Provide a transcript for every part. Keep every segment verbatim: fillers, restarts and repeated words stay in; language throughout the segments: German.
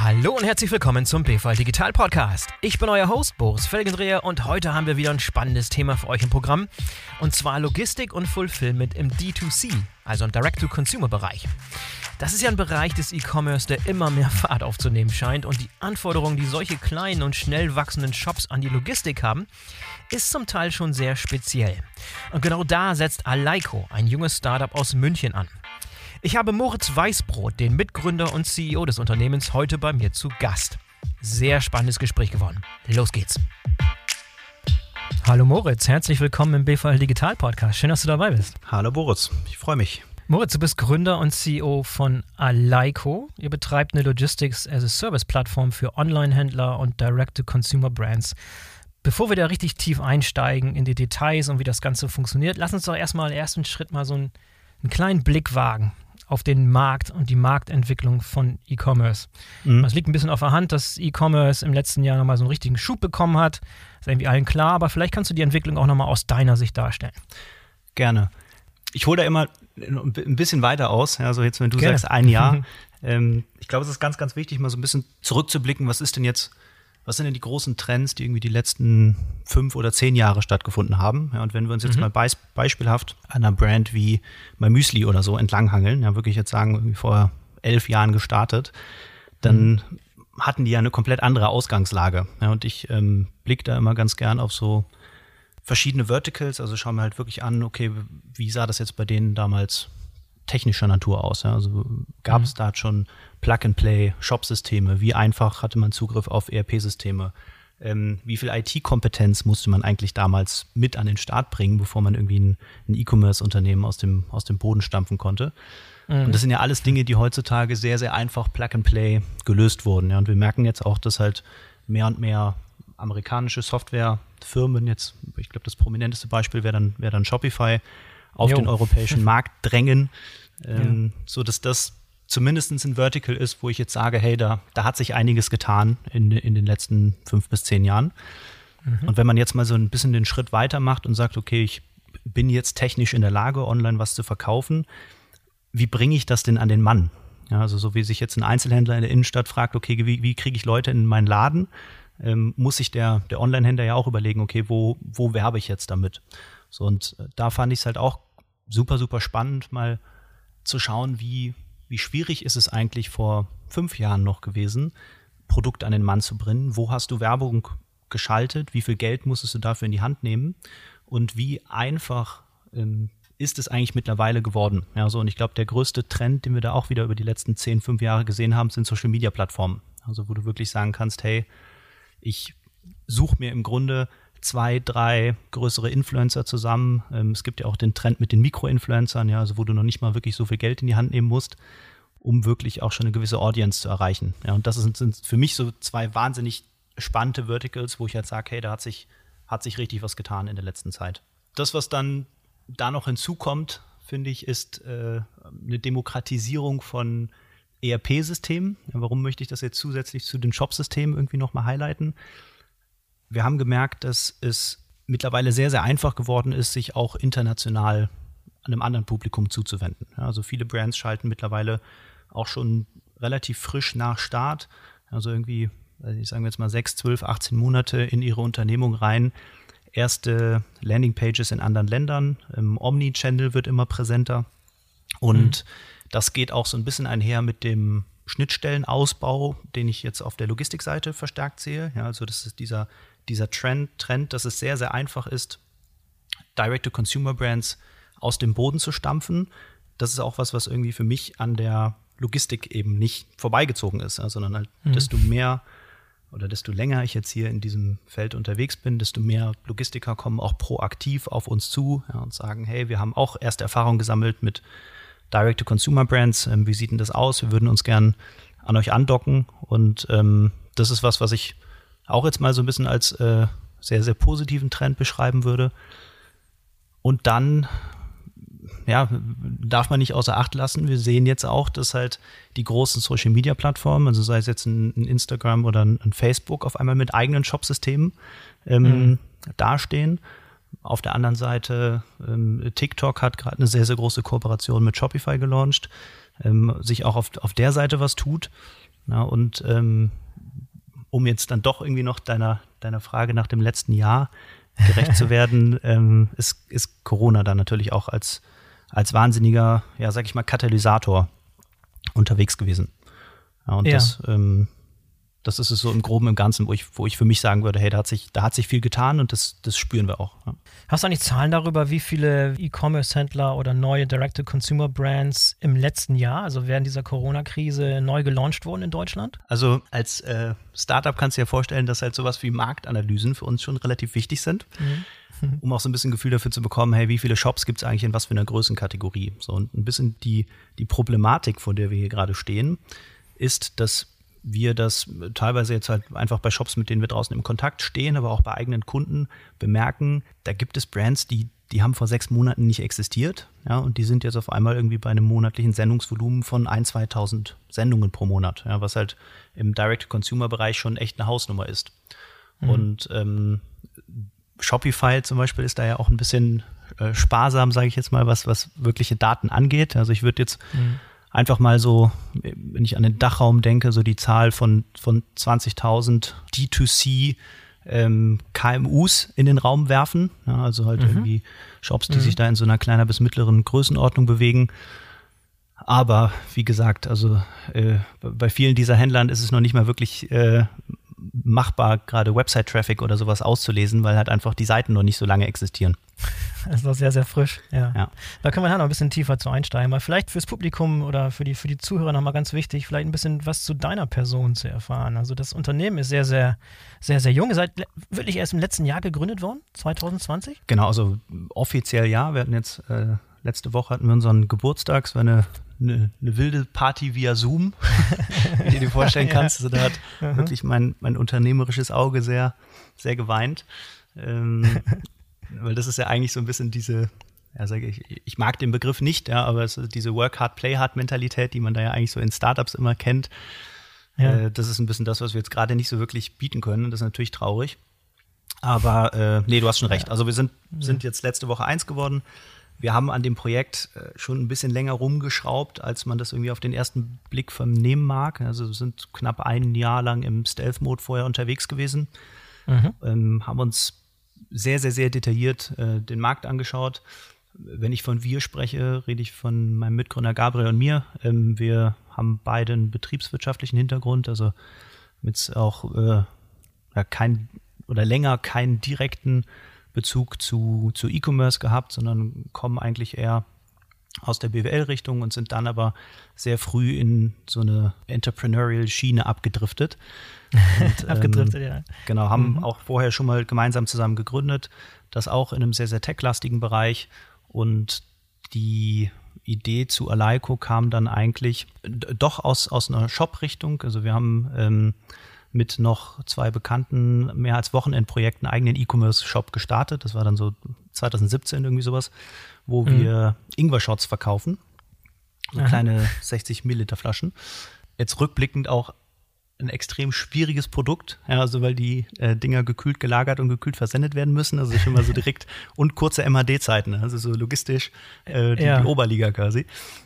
Hallo und herzlich willkommen zum B V L Digital Podcast. Ich bin euer Host Boris Felgendreher und heute haben wir wieder ein spannendes Thema für euch im Programm. Und zwar Logistik und Fulfillment im D zwei C, also im Direct-to-Consumer-Bereich. Das ist ja ein Bereich des E-Commerce, der immer mehr Fahrt aufzunehmen scheint, und die Anforderungen, die solche kleinen und schnell wachsenden Shops an die Logistik haben, ist zum Teil schon sehr speziell. Und genau da setzt Aleiko, ein junges Startup aus München, an. Ich habe Moritz Weißbrot, den Mitgründer und C E O des Unternehmens, heute bei mir zu Gast. Sehr spannendes Gespräch geworden. Los geht's. Hallo Moritz, herzlich willkommen im B V L Digital Podcast. Schön, dass du dabei bist. Hallo Boris, ich freue mich. Moritz, du bist Gründer und C E O von Aleiko. Ihr betreibt eine Logistics-as-a-Service-Plattform für Online-Händler und Direct-to-Consumer-Brands. Bevor wir da richtig tief einsteigen in die Details und wie das Ganze funktioniert, lass uns doch erstmal im ersten Schritt mal so einen, einen kleinen Blick wagen auf den Markt und die Marktentwicklung von E-Commerce. Mhm. Es liegt ein bisschen auf der Hand, dass E-Commerce im letzten Jahr nochmal so einen richtigen Schub bekommen hat. Ist irgendwie allen klar, aber vielleicht kannst du die Entwicklung auch nochmal aus deiner Sicht darstellen. Gerne. Ich hole da immer ein bisschen weiter aus, also jetzt, wenn du Gerne. sagst, ein Jahr. ähm, ich glaube, es ist ganz, ganz wichtig, mal so ein bisschen zurückzublicken, was ist denn jetzt, was sind denn die großen Trends, die irgendwie die letzten fünf oder zehn Jahre stattgefunden haben? Ja, und wenn wir uns jetzt mhm. mal beis- beispielhaft einer Brand wie My Müsli oder so entlanghangeln, ja, wirklich jetzt sagen, irgendwie vor elf Jahren gestartet, dann mhm. hatten die ja eine komplett andere Ausgangslage. Ja, und ich ähm, blicke da immer ganz gern auf so verschiedene Verticals, also schauen wir halt wirklich an, okay, wie sah das jetzt bei denen damals technischer Natur aus? Ja? Also gab es mhm. da schon Plug-and-Play-Shop-Systeme? Wie einfach hatte man Zugriff auf E R P-Systeme? Ähm, wie viel I T-Kompetenz musste man eigentlich damals mit an den Start bringen, bevor man irgendwie ein, ein E-Commerce-Unternehmen aus dem, aus dem Boden stampfen konnte? Mhm. Und das sind ja alles Dinge, die heutzutage sehr, sehr einfach Plug-and-Play gelöst wurden. Ja? Und wir merken jetzt auch, dass halt mehr und mehr amerikanische Softwarefirmen, jetzt, ich glaube, das prominenteste Beispiel wäre dann, wäre dann Shopify, auf jo. den europäischen Markt drängen, ähm, ja. so dass das zumindest ein Vertical ist, wo ich jetzt sage, hey, da, da hat sich einiges getan in, in den letzten fünf bis zehn Jahren. Mhm. Und wenn man jetzt mal so ein bisschen den Schritt weiter macht und sagt, okay, ich bin jetzt technisch in der Lage, online was zu verkaufen, wie bringe ich das denn an den Mann? Ja, also so wie sich jetzt ein Einzelhändler in der Innenstadt fragt, okay, wie, wie kriege ich Leute in meinen Laden, ähm, muss sich der, der Online-Händler ja auch überlegen, okay, wo, wo werbe ich jetzt damit? So, und da fand ich es halt auch super, super spannend, mal zu schauen, wie, wie schwierig ist es eigentlich vor fünf Jahren noch gewesen, Produkte an den Mann zu bringen. Wo hast du Werbung geschaltet? Wie viel Geld musstest du dafür in die Hand nehmen? Und wie einfach ähm, ist es eigentlich mittlerweile geworden? Ja, so, und ich glaube, der größte Trend, den wir da auch wieder über die letzten zehn, fünf Jahre gesehen haben, sind Social-Media-Plattformen. Also wo du wirklich sagen kannst, hey, ich suche mir im Grunde zwei, drei größere Influencer zusammen. Ähm, es gibt ja auch den Trend mit den Mikro-Influencern, ja, also wo du noch nicht mal wirklich so viel Geld in die Hand nehmen musst, um wirklich auch schon eine gewisse Audience zu erreichen. Ja, und das sind, sind für mich so zwei wahnsinnig spannende Verticals, wo ich halt sage, hey, da hat sich, hat sich richtig was getan in der letzten Zeit. Das, was dann da noch hinzukommt, finde ich, ist äh, eine Demokratisierung von E R P-Systemen. Ja, warum möchte ich das jetzt zusätzlich zu den Shop-Systemen irgendwie nochmal highlighten? Wir haben gemerkt, dass es mittlerweile sehr, sehr einfach geworden ist, sich auch international einem anderen Publikum zuzuwenden. Ja, also viele Brands schalten mittlerweile auch schon relativ frisch nach Start, also irgendwie, ich sage jetzt mal sechs, zwölf, achtzehn Monate in ihre Unternehmung rein. Erste Landingpages in anderen Ländern, im Omnichannel wird immer präsenter. Und mhm. das geht auch so ein bisschen einher mit dem Schnittstellenausbau, den ich jetzt auf der Logistikseite verstärkt sehe. Ja, also das ist dieser dieser Trend, Trend, dass es sehr, sehr einfach ist, Direct-to-Consumer-Brands aus dem Boden zu stampfen. Das ist auch was, was irgendwie für mich an der Logistik eben nicht vorbeigezogen ist, ja, sondern halt mhm. desto mehr oder desto länger ich jetzt hier in diesem Feld unterwegs bin, desto mehr Logistiker kommen auch proaktiv auf uns zu, ja, und sagen, hey, wir haben auch erste Erfahrungen gesammelt mit Direct-to-Consumer-Brands. Ähm, wie sieht denn das aus? Wir würden uns gern an euch andocken. Und ähm, das ist was, was ich auch jetzt mal so ein bisschen als äh, sehr, sehr positiven Trend beschreiben würde. Und dann, ja, darf man nicht außer Acht lassen. Wir sehen jetzt auch, dass halt die großen Social-Media-Plattformen, also sei es jetzt ein, ein Instagram oder ein, ein Facebook, auf einmal mit eigenen Shop-Systemen ähm, mhm. dastehen. Auf der anderen Seite, ähm, TikTok hat gerade eine sehr, sehr große Kooperation mit Shopify gelauncht, ähm, sich auch auf, auf der Seite was tut. Na, und ähm, um jetzt dann doch irgendwie noch deiner, deiner Frage nach dem letzten Jahr gerecht zu werden, ähm, ist, ist Corona dann natürlich auch als, als wahnsinniger, ja, sag ich mal, Katalysator unterwegs gewesen. Ja, und ja. das, ähm, das ist es so im Groben, im Ganzen, wo ich, wo ich für mich sagen würde, hey, da hat sich, da hat sich viel getan und das, das spüren wir auch. Ja. Hast du eigentlich Zahlen darüber, wie viele E-Commerce-Händler oder neue Direct-to-Consumer-Brands im letzten Jahr, also während dieser Corona-Krise, neu gelauncht wurden in Deutschland? Also als äh, Startup kannst du dir vorstellen, dass halt sowas wie Marktanalysen für uns schon relativ wichtig sind, mhm. um auch so ein bisschen Gefühl dafür zu bekommen, hey, wie viele Shops gibt es eigentlich in was für einer Größenkategorie? So, und ein bisschen die, die Problematik, vor der wir hier gerade stehen, ist, dass wir das teilweise jetzt halt einfach bei Shops, mit denen wir draußen im Kontakt stehen, aber auch bei eigenen Kunden bemerken, da gibt es Brands, die, die haben vor sechs Monaten nicht existiert, ja, und die sind jetzt auf einmal irgendwie bei einem monatlichen Sendungsvolumen von ein-, zweitausend Sendungen pro Monat, ja, was halt im Direct-to-Consumer-Bereich schon echt eine Hausnummer ist. Mhm. Und ähm, Shopify zum Beispiel ist da ja auch ein bisschen äh, sparsam, sage ich jetzt mal, was, was wirkliche Daten angeht. Also ich würde jetzt mhm. einfach mal so, wenn ich an den Dachraum denke, so die Zahl von, von zwanzigtausend D zwei C ähm, K M Us in den Raum werfen. Ja, also halt mhm. irgendwie Shops, die mhm. sich da in so einer kleiner bis mittleren Größenordnung bewegen. Aber wie gesagt, also äh, bei vielen dieser Händlern ist es noch nicht mal wirklich äh, machbar, gerade Website-Traffic oder sowas auszulesen, weil halt einfach die Seiten noch nicht so lange existieren. Das ist noch sehr, sehr frisch, ja. ja. Da können wir halt noch ein bisschen tiefer zu einsteigen. Mal vielleicht fürs Publikum oder für die, für die Zuhörer nochmal ganz wichtig, vielleicht ein bisschen was zu deiner Person zu erfahren. Also das Unternehmen ist sehr, sehr, sehr, sehr jung. Ihr seid wirklich erst im letzten Jahr gegründet worden, zwanzig zwanzig? Genau, also offiziell ja. Wir hatten jetzt, äh, letzte Woche hatten wir unseren Geburtstag. Es war eine, eine, eine wilde Party via Zoom, wie du dir vorstellen kannst. ja. Also da hat uh-huh. wirklich mein, mein unternehmerisches Auge sehr, sehr geweint. Ähm, Weil das ist ja eigentlich so ein bisschen diese, ja, sage ich, ich mag den Begriff nicht, ja, aber es ist diese Work-Hard-Play-Hard-Mentalität, die man da ja eigentlich so in Startups immer kennt. Ja. Äh, das ist ein bisschen das, was wir jetzt gerade nicht so wirklich bieten können. Das ist natürlich traurig. Aber äh, nee, du hast schon recht. Also wir sind, sind jetzt letzte Woche eins geworden. Wir haben an dem Projekt äh, schon ein bisschen länger rumgeschraubt, als man das irgendwie auf den ersten Blick vernehmen mag. Also wir sind knapp ein Jahr lang im Stealth-Mode vorher unterwegs gewesen. Mhm. Ähm, haben uns sehr, sehr, sehr detailliert äh, den Markt angeschaut. Wenn ich von wir spreche, rede ich von meinem Mitgründer Gabriel und mir. Ähm, wir haben beide einen betriebswirtschaftlichen Hintergrund, also mit auch äh, ja, kein oder länger keinen direkten Bezug zu, zu E-Commerce gehabt, sondern kommen eigentlich eher aus der B W L-Richtung und sind dann aber sehr früh in so eine Entrepreneurial-Schiene abgedriftet. Und, abgedriftet, ähm, ja. Genau, haben mhm. auch vorher schon mal gemeinsam zusammen gegründet, das auch in einem sehr, sehr tech-lastigen Bereich. Und die Idee zu Aleiko kam dann eigentlich doch aus, aus einer Shop-Richtung. Also wir haben ähm, mit noch zwei bekannten, mehr als Wochenendprojekten einen eigenen E-Commerce-Shop gestartet. Das war dann so zwanzig siebzehn irgendwie sowas, wo mhm. wir Ingwer-Shots verkaufen. So Aha. kleine sechzig Milliliter Flaschen. Jetzt rückblickend auch ein extrem schwieriges Produkt, ja, also weil die äh, Dinger gekühlt gelagert und gekühlt versendet werden müssen, also schon mal so direkt und kurze M H D-Zeiten, also so logistisch äh, die, ja. die Oberliga quasi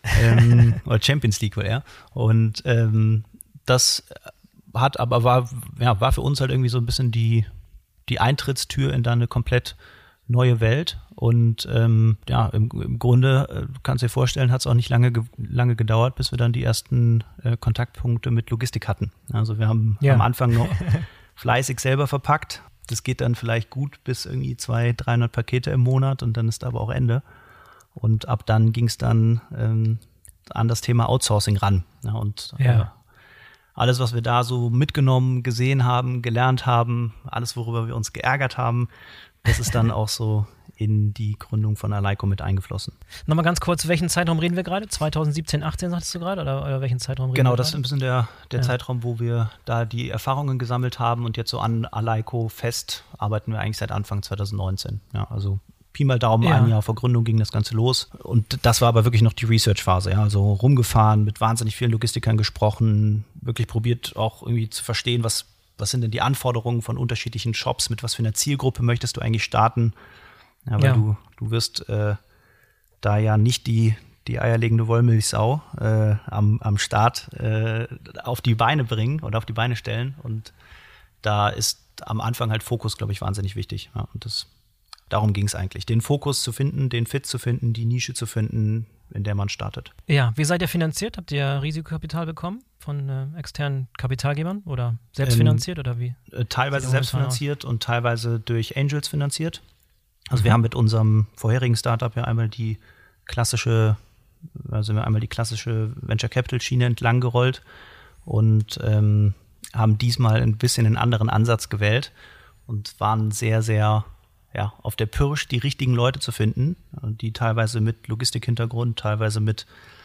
ähm, oder Champions League wohl eher. Und ähm, das hat aber war ja war für uns halt irgendwie so ein bisschen die die Eintrittstür in da eine komplett neue Welt. Und ähm, ja, im, im Grunde, äh, kannst du dir vorstellen, hat es auch nicht lange, ge- lange gedauert, bis wir dann die ersten äh, Kontaktpunkte mit Logistik hatten. Also wir haben ja. am Anfang noch fleißig selber verpackt. Das geht dann vielleicht gut bis irgendwie zweihundert, dreihundert Pakete im Monat und dann ist aber auch Ende. Und ab dann ging es dann ähm, an das Thema Outsourcing ran. Ja, und ja. äh, alles, was wir da so mitgenommen, gesehen haben, gelernt haben, alles, worüber wir uns geärgert haben, das ist dann auch so in die Gründung von Aleiko mit eingeflossen. Nochmal ganz kurz, welchen Zeitraum reden wir gerade? zwanzig siebzehn, achtzehn sagtest du gerade? Oder, oder welchen Zeitraum reden genau, wir das ist ein bisschen der, der ja. Zeitraum, wo wir da die Erfahrungen gesammelt haben und jetzt so an Aleiko fest arbeiten wir eigentlich seit Anfang zwanzig neunzehn. Ja, also Pi mal Daumen, ja. ein Jahr vor Gründung ging das Ganze los. Und das war aber wirklich noch die Research-Phase. Ja, also rumgefahren, mit wahnsinnig vielen Logistikern gesprochen, wirklich probiert auch irgendwie zu verstehen, was Was sind denn die Anforderungen von unterschiedlichen Shops? Mit was für einer Zielgruppe möchtest du eigentlich starten? Ja, weil ja. du, du wirst äh, da ja nicht die, die eierlegende Wollmilchsau äh, am, am Start äh, auf die Beine bringen oder auf die Beine stellen. Und da ist am Anfang halt Fokus, glaube ich, wahnsinnig wichtig. Ja, und das, darum ging es eigentlich. Den Fokus zu finden, den Fit zu finden, die Nische zu finden, in der man startet. Ja, wie seid ihr finanziert? Habt ihr Risikokapital bekommen von äh, externen Kapitalgebern oder selbstfinanziert ähm, oder wie? Äh, teilweise selbstfinanziert und teilweise durch Angels finanziert. Also mhm. wir haben mit unserem vorherigen Startup ja einmal die klassische, also wir einmal die klassische Venture Capital Schiene entlang gerollt und ähm, haben diesmal ein bisschen einen anderen Ansatz gewählt und waren sehr, sehr ja, auf der Pirsch, die richtigen Leute zu finden, die teilweise mit Logistik-Hintergrund, teilweise mit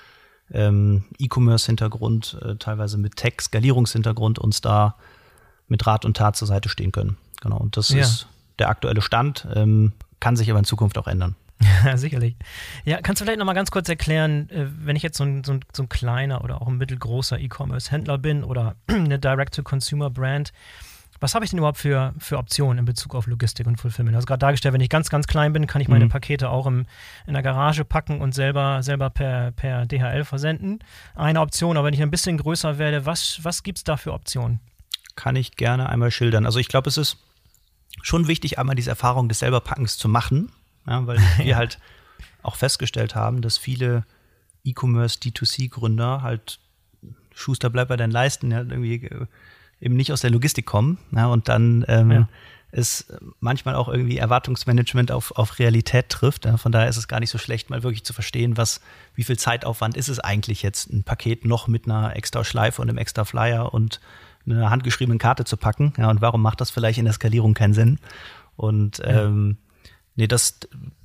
ähm, E-Commerce-Hintergrund, äh, teilweise mit Tech-Skalierungshintergrund uns da mit Rat und Tat zur Seite stehen können. Genau, und das ja. ist der aktuelle Stand, ähm, kann sich aber in Zukunft auch ändern. Ja, sicherlich. Ja, kannst du vielleicht noch mal ganz kurz erklären, wenn ich jetzt so ein, so ein, so ein kleiner oder auch ein mittelgroßer E-Commerce-Händler bin oder eine Direct-to-Consumer-Brand, was habe ich denn überhaupt für, für Optionen in Bezug auf Logistik und Fulfillment? Also gerade dargestellt, wenn ich ganz, ganz klein bin, kann ich meine mhm. Pakete auch im, in der Garage packen und selber, selber per, per D H L versenden. Eine Option, aber wenn ich ein bisschen größer werde, was, was gibt es da für Optionen? Kann ich gerne einmal schildern. Also ich glaube, es ist schon wichtig, einmal diese Erfahrung des Selberpackens zu machen, ja, weil wir halt auch festgestellt haben, dass viele E-Commerce D zwei C-Gründer halt Schuster bleibt bei deinen Leisten, ja, irgendwie eben nicht aus der Logistik kommen, ja, und dann ähm, ja. es manchmal auch irgendwie Erwartungsmanagement auf, auf Realität trifft. Ja. Von daher ist es gar nicht so schlecht, mal wirklich zu verstehen, was, wie viel Zeitaufwand ist es eigentlich jetzt, ein Paket noch mit einer extra Schleife und einem extra Flyer und einer handgeschriebenen Karte zu packen. Ja, und warum macht das vielleicht in der Skalierung keinen Sinn? Und ja. ähm, nee, das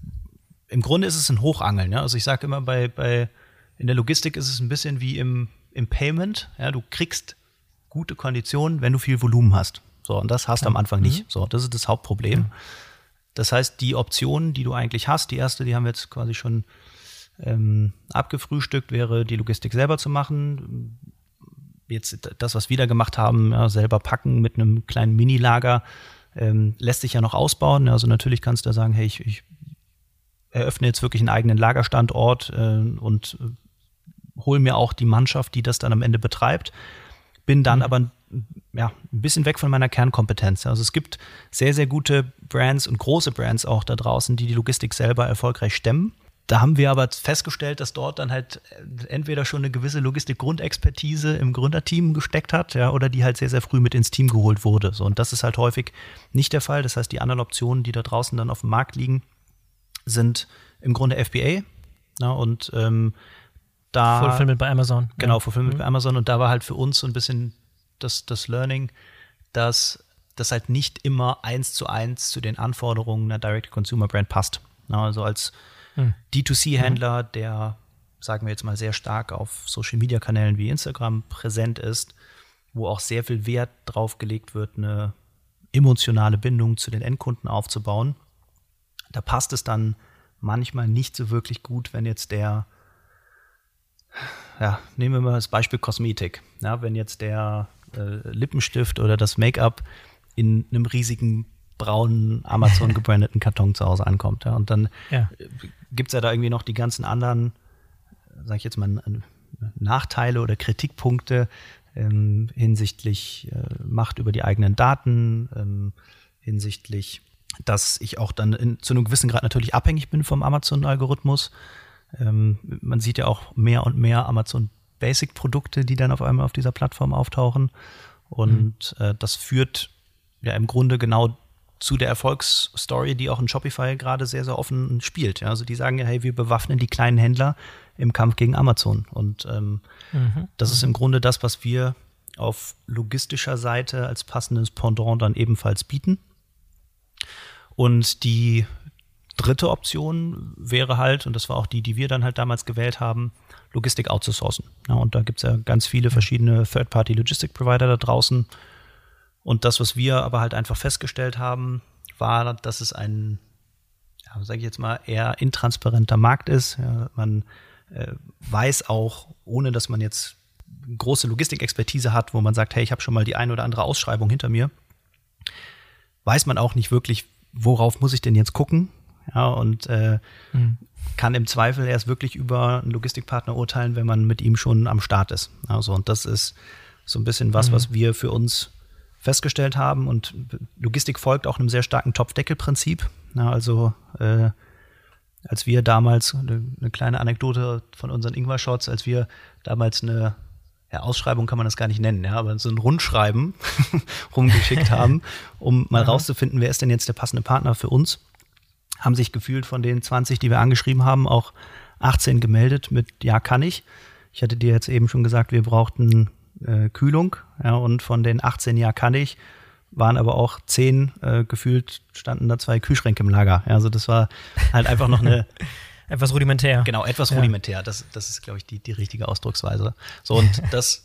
im Grunde ist es ein Hochangeln. Ja. Also ich sage immer, bei, bei in der Logistik ist es ein bisschen wie im, im Payment. Ja, du kriegst gute Konditionen, wenn du viel Volumen hast. So, und das hast du am Anfang nicht. So, das ist das Hauptproblem. Das heißt, die Optionen, die du eigentlich hast, die erste, die haben wir jetzt quasi schon ähm, abgefrühstückt, wäre die Logistik selber zu machen. Jetzt das, was wir da gemacht haben, ja, selber packen mit einem kleinen Mini-Lager, ähm, lässt sich ja noch ausbauen. Also natürlich kannst du da sagen, hey, ich, ich eröffne jetzt wirklich einen eigenen Lagerstandort äh, und äh, hole mir auch die Mannschaft, die das dann am Ende betreibt. Bin dann mhm. aber ja, ein bisschen weg von meiner Kernkompetenz. Also es gibt sehr, sehr gute Brands und große Brands auch da draußen, die die Logistik selber erfolgreich stemmen. Da haben wir aber festgestellt, dass dort dann halt entweder schon eine gewisse Logistik-Grundexpertise im Gründerteam gesteckt hat, ja, oder die halt sehr, sehr früh mit ins Team geholt wurde. So, und das ist halt häufig nicht der Fall. Das heißt, die anderen Optionen, die da draußen dann auf dem Markt liegen, sind im Grunde F B A. Ja, und ähm, da Fulfillment bei Amazon. Genau, ja. Fulfillment mhm. bei Amazon. Und da war halt für uns so ein bisschen das, das Learning, dass das halt nicht immer eins zu eins zu den Anforderungen einer Direct-to-Consumer-Brand passt. Ja, also als mhm. D zwei C-Händler, der, sagen wir jetzt mal, sehr stark auf Social-Media-Kanälen wie Instagram präsent ist, wo auch sehr viel Wert drauf gelegt wird, eine emotionale Bindung zu den Endkunden aufzubauen. Da passt es dann manchmal nicht so wirklich gut, wenn jetzt der Ja, nehmen wir mal das Beispiel Kosmetik. Ja, wenn jetzt der äh, Lippenstift oder das Make-up in einem riesigen braunen Amazon-gebrandeten Karton zu Hause ankommt. Ja, und dann ja. gibt es ja da irgendwie noch die ganzen anderen, sag ich jetzt mal, Nachteile oder Kritikpunkte ähm, hinsichtlich äh, Macht über die eigenen Daten, ähm, hinsichtlich, dass ich auch dann in, zu einem gewissen Grad natürlich abhängig bin vom Amazon-Algorithmus. Ähm, man sieht ja auch mehr und mehr Amazon-Basic-Produkte, die dann auf einmal auf dieser Plattform auftauchen. Und mhm. äh, das führt ja im Grunde genau zu der Erfolgsstory, die auch in Shopify gerade sehr, sehr offen spielt. Ja, also die sagen ja, hey, wir bewaffnen die kleinen Händler im Kampf gegen Amazon. Und ähm, mhm. das ist im Grunde das, was wir auf logistischer Seite als passendes Pendant dann ebenfalls bieten. Und die dritte Option wäre halt, und das war auch die, die wir dann halt damals gewählt haben, Logistik outzusourcen. Ja, und da gibt es ja ganz viele verschiedene Third-Party-Logistic-Provider da draußen. Und das, was wir aber halt einfach festgestellt haben, war, dass es ein, ja, sage ich jetzt mal, eher intransparenter Markt ist. Ja, man äh, weiß auch, ohne dass man jetzt große Logistikexpertise hat, wo man sagt, hey, ich habe schon mal die ein oder andere Ausschreibung hinter mir, weiß man auch nicht wirklich, worauf muss ich denn jetzt gucken? Ja, und äh, mhm. kann im Zweifel erst wirklich über einen Logistikpartner urteilen, wenn man mit ihm schon am Start ist. Also, und das ist so ein bisschen was, mhm. was wir für uns festgestellt haben. Und Logistik folgt auch einem sehr starken Topfdeckel-Prinzip. Ja, also äh, als wir damals, eine, eine kleine Anekdote von unseren Ingwer-Shots, als wir damals eine ja, Ausschreibung kann man das gar nicht nennen, ja, aber so ein Rundschreiben rumgeschickt haben, um mal rauszufinden, wer ist denn jetzt der passende Partner für uns, haben sich gefühlt von den zwanzig, die wir angeschrieben haben, auch achtzehn gemeldet mit ja, kann ich. Ich hatte dir jetzt eben schon gesagt, wir brauchten äh, Kühlung, ja, und von den achtzehn ja, kann ich, waren aber auch zehn, äh, gefühlt standen da zwei Kühlschränke im Lager. Ja, also das war halt einfach noch eine etwas rudimentär. Genau, etwas ja. rudimentär. Das, das ist, glaube ich, die, die richtige Ausdrucksweise. So, und das,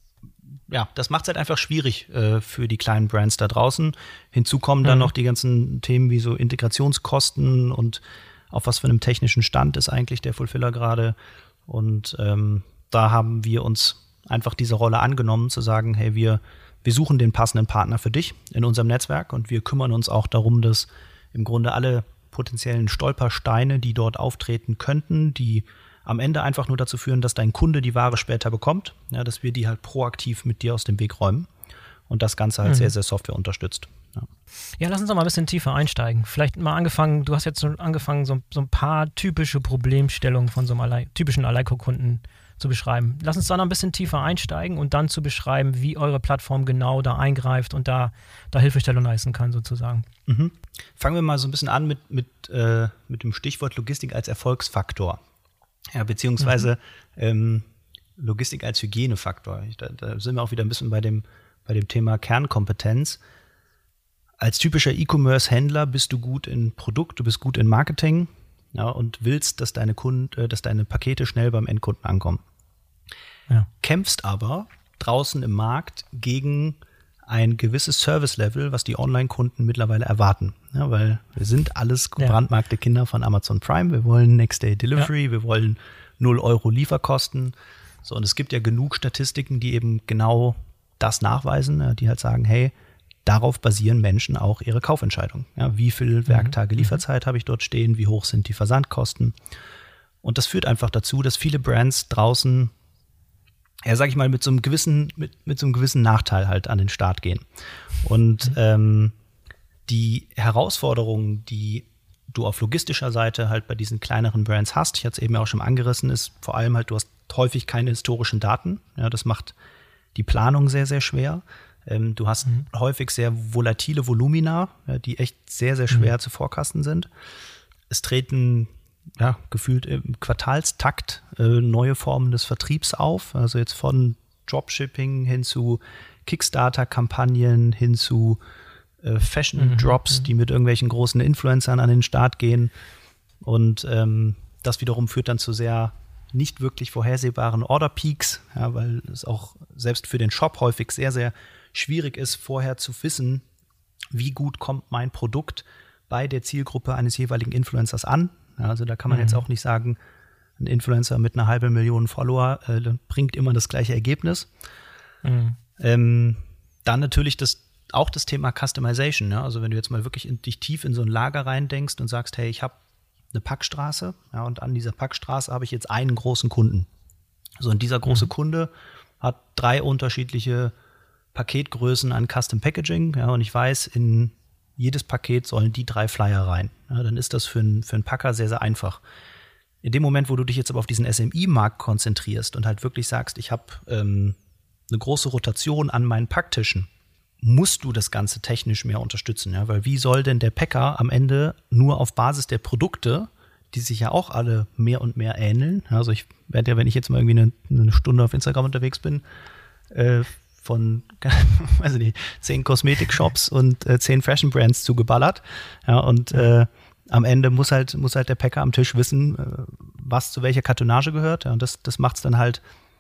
ja, das macht es halt einfach schwierig äh, für die kleinen Brands da draußen. Hinzu kommen dann mhm. noch die ganzen Themen wie so Integrationskosten und auf was für einem technischen Stand ist eigentlich der Fulfiller gerade. Und ähm, da haben wir uns einfach diese Rolle angenommen, zu sagen, hey, wir, wir suchen den passenden Partner für dich in unserem Netzwerk und wir kümmern uns auch darum, dass im Grunde alle potenziellen Stolpersteine, die dort auftreten könnten, die am Ende einfach nur dazu führen, dass dein Kunde die Ware später bekommt, ja, dass wir die halt proaktiv mit dir aus dem Weg räumen und das Ganze halt mhm. sehr, sehr Software unterstützt. Ja. ja, lass uns doch mal ein bisschen tiefer einsteigen. Vielleicht mal angefangen, du hast jetzt so angefangen, so, so ein paar typische Problemstellungen von so einem Allei- typischen Aleiko-Kunden zu beschreiben. Lass uns da noch ein bisschen tiefer einsteigen und dann zu beschreiben, wie eure Plattform genau da eingreift und da, da Hilfestellung leisten kann sozusagen. Mhm. Fangen wir mal so ein bisschen an mit, mit, äh, mit dem Stichwort Logistik als Erfolgsfaktor. Ja, beziehungsweise mhm. ähm, Logistik als Hygienefaktor. Da, da sind wir auch wieder ein bisschen bei dem, bei dem Thema Kernkompetenz. Als typischer E-Commerce-Händler bist du gut in Produkt, du bist gut in Marketing, ja, und willst, dass deine Kunden, äh, dass deine Pakete schnell beim Endkunden ankommen. Ja. Kämpfst aber draußen im Markt gegen ein gewisses Service-Level, was die Online-Kunden mittlerweile erwarten. Ja, weil wir sind alles gebrandmarkte Kinder von Amazon Prime. Wir wollen Next-Day-Delivery, ja. wir wollen null Euro Lieferkosten. So, und es gibt ja genug Statistiken, die eben genau das nachweisen, die halt sagen, hey, darauf basieren Menschen auch ihre Kaufentscheidung. Ja, wie viel Werktage Lieferzeit mhm. habe ich dort stehen? Wie hoch sind die Versandkosten? Und das führt einfach dazu, dass viele Brands draußen, ja, sag ich mal, mit so einem gewissen, mit, mit so einem gewissen Nachteil halt an den Start gehen. Und mhm. ähm, die Herausforderungen, die du auf logistischer Seite halt bei diesen kleineren Brands hast, ich hatte es eben auch schon angerissen, ist vor allem halt, du hast häufig keine historischen Daten. Ja, das macht die Planung sehr, sehr schwer. Ähm, du hast mhm. häufig sehr volatile Volumina, ja, die echt sehr, sehr schwer mhm. zu forecasten sind. Es treten ja, gefühlt im Quartalstakt äh, neue Formen des Vertriebs auf. Also jetzt von Dropshipping hin zu Kickstarter-Kampagnen, hin zu äh, Fashion-Drops, mhm. die mit irgendwelchen großen Influencern an den Start gehen. Und ähm, das wiederum führt dann zu sehr nicht wirklich vorhersehbaren Order-Peaks, ja, weil es auch selbst für den Shop häufig sehr, sehr schwierig ist, vorher zu wissen, wie gut kommt mein Produkt bei der Zielgruppe eines jeweiligen Influencers an. Ja, also da kann man mhm. jetzt auch nicht sagen, ein Influencer mit einer halben Million Follower äh, bringt immer das gleiche Ergebnis. Mhm. Ähm, dann natürlich das, auch das Thema Customization. Ja? Also wenn du jetzt mal wirklich in, dich tief in so ein Lager reindenkst und sagst, hey, ich habe eine Packstraße, ja, und an dieser Packstraße habe ich jetzt einen großen Kunden. So, und dieser große mhm. Kunde hat drei unterschiedliche Paketgrößen an Custom Packaging, ja, und ich weiß, in jedes Paket sollen die drei Flyer rein. Ja, dann ist das für einen für einen Packer sehr, sehr einfach. In dem Moment, wo du dich jetzt aber auf diesen S M I-Markt konzentrierst und halt wirklich sagst, ich habe ähm, eine große Rotation an meinen Packtischen, musst du das Ganze technisch mehr unterstützen. Ja? Weil wie soll denn der Packer am Ende nur auf Basis der Produkte, die sich ja auch alle mehr und mehr ähneln, also ich werde ja, wenn ich jetzt mal irgendwie eine, eine Stunde auf Instagram unterwegs bin, äh, von, weiß ich nicht, zehn Kosmetik-Shops und äh, zehn Fashion-Brands zugeballert. Ja, und äh, am Ende muss halt, muss halt der Packer am Tisch wissen, äh, was zu welcher Kartonage gehört. Ja, und das, das macht es dann halt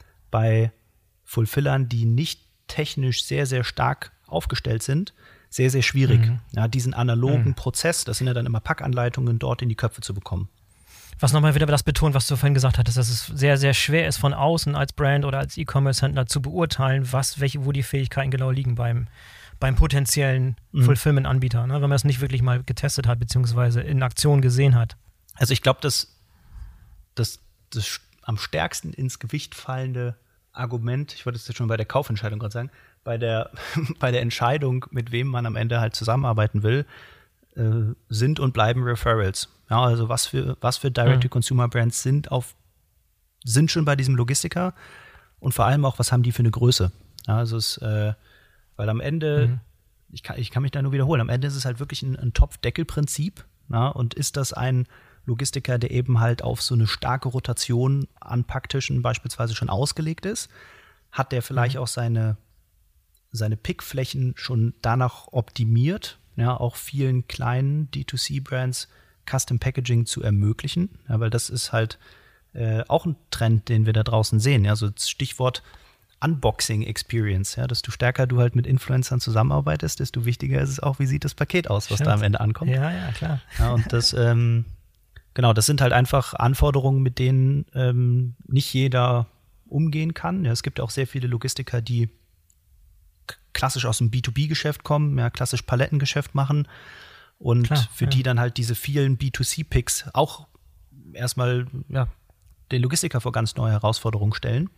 bei Fulfillern, die nicht technisch sehr, sehr stark aufgestellt sind, sehr, sehr schwierig. Mhm. Ja, diesen analogen mhm. Prozess, das sind ja dann immer Packanleitungen, dort in die Köpfe zu bekommen. Was nochmal wieder das betont, was du vorhin gesagt hattest, dass es sehr, sehr schwer ist, von außen als Brand oder als E-Commerce-Händler zu beurteilen, was, welche, wo die Fähigkeiten genau liegen beim, beim potenziellen mhm. Fulfillment-Anbieter, ne? Wenn man es nicht wirklich mal getestet hat, beziehungsweise in Aktion gesehen hat. Also ich glaube, dass das, das am stärksten ins Gewicht fallende Argument, ich wollte es jetzt schon bei der Kaufentscheidung gerade sagen, bei der, bei der Entscheidung, mit wem man am Ende halt zusammenarbeiten will, äh, sind und bleiben Referrals. Ja, also was für, was für Direct-to-Consumer-Brands sind auf, sind schon bei diesem Logistiker und vor allem auch, was haben die für eine Größe? Ja, also es, äh, weil am Ende, mhm. ich, kann, ich kann mich da nur wiederholen, am Ende ist es halt wirklich ein, ein Topf-Deckel-Prinzip. Ja, und ist das ein Logistiker, der eben halt auf so eine starke Rotation an Packtischen beispielsweise schon ausgelegt ist? Hat der vielleicht mhm. auch seine, seine Pickflächen schon danach optimiert, ja, auch vielen kleinen D zwei C-Brands Custom Packaging zu ermöglichen? Ja, weil das ist halt äh, auch ein Trend, den wir da draußen sehen. Ja, also Stichwort Unboxing Experience, ja, desto stärker du halt mit Influencern zusammenarbeitest, desto wichtiger ist es auch, wie sieht das Paket aus, was Stimmt. da am Ende ankommt. Ja, ja, klar. Ja, und das, ähm, genau, das sind halt einfach Anforderungen, mit denen ähm, nicht jeder umgehen kann. Ja, es gibt auch sehr viele Logistiker, die k- klassisch aus dem B zwei B-Geschäft kommen, ja, klassisch Palettengeschäft machen und klar, für ja. die dann halt diese vielen B zwei C-Picks auch erstmal ja, den Logistiker vor ganz neue Herausforderungen stellen.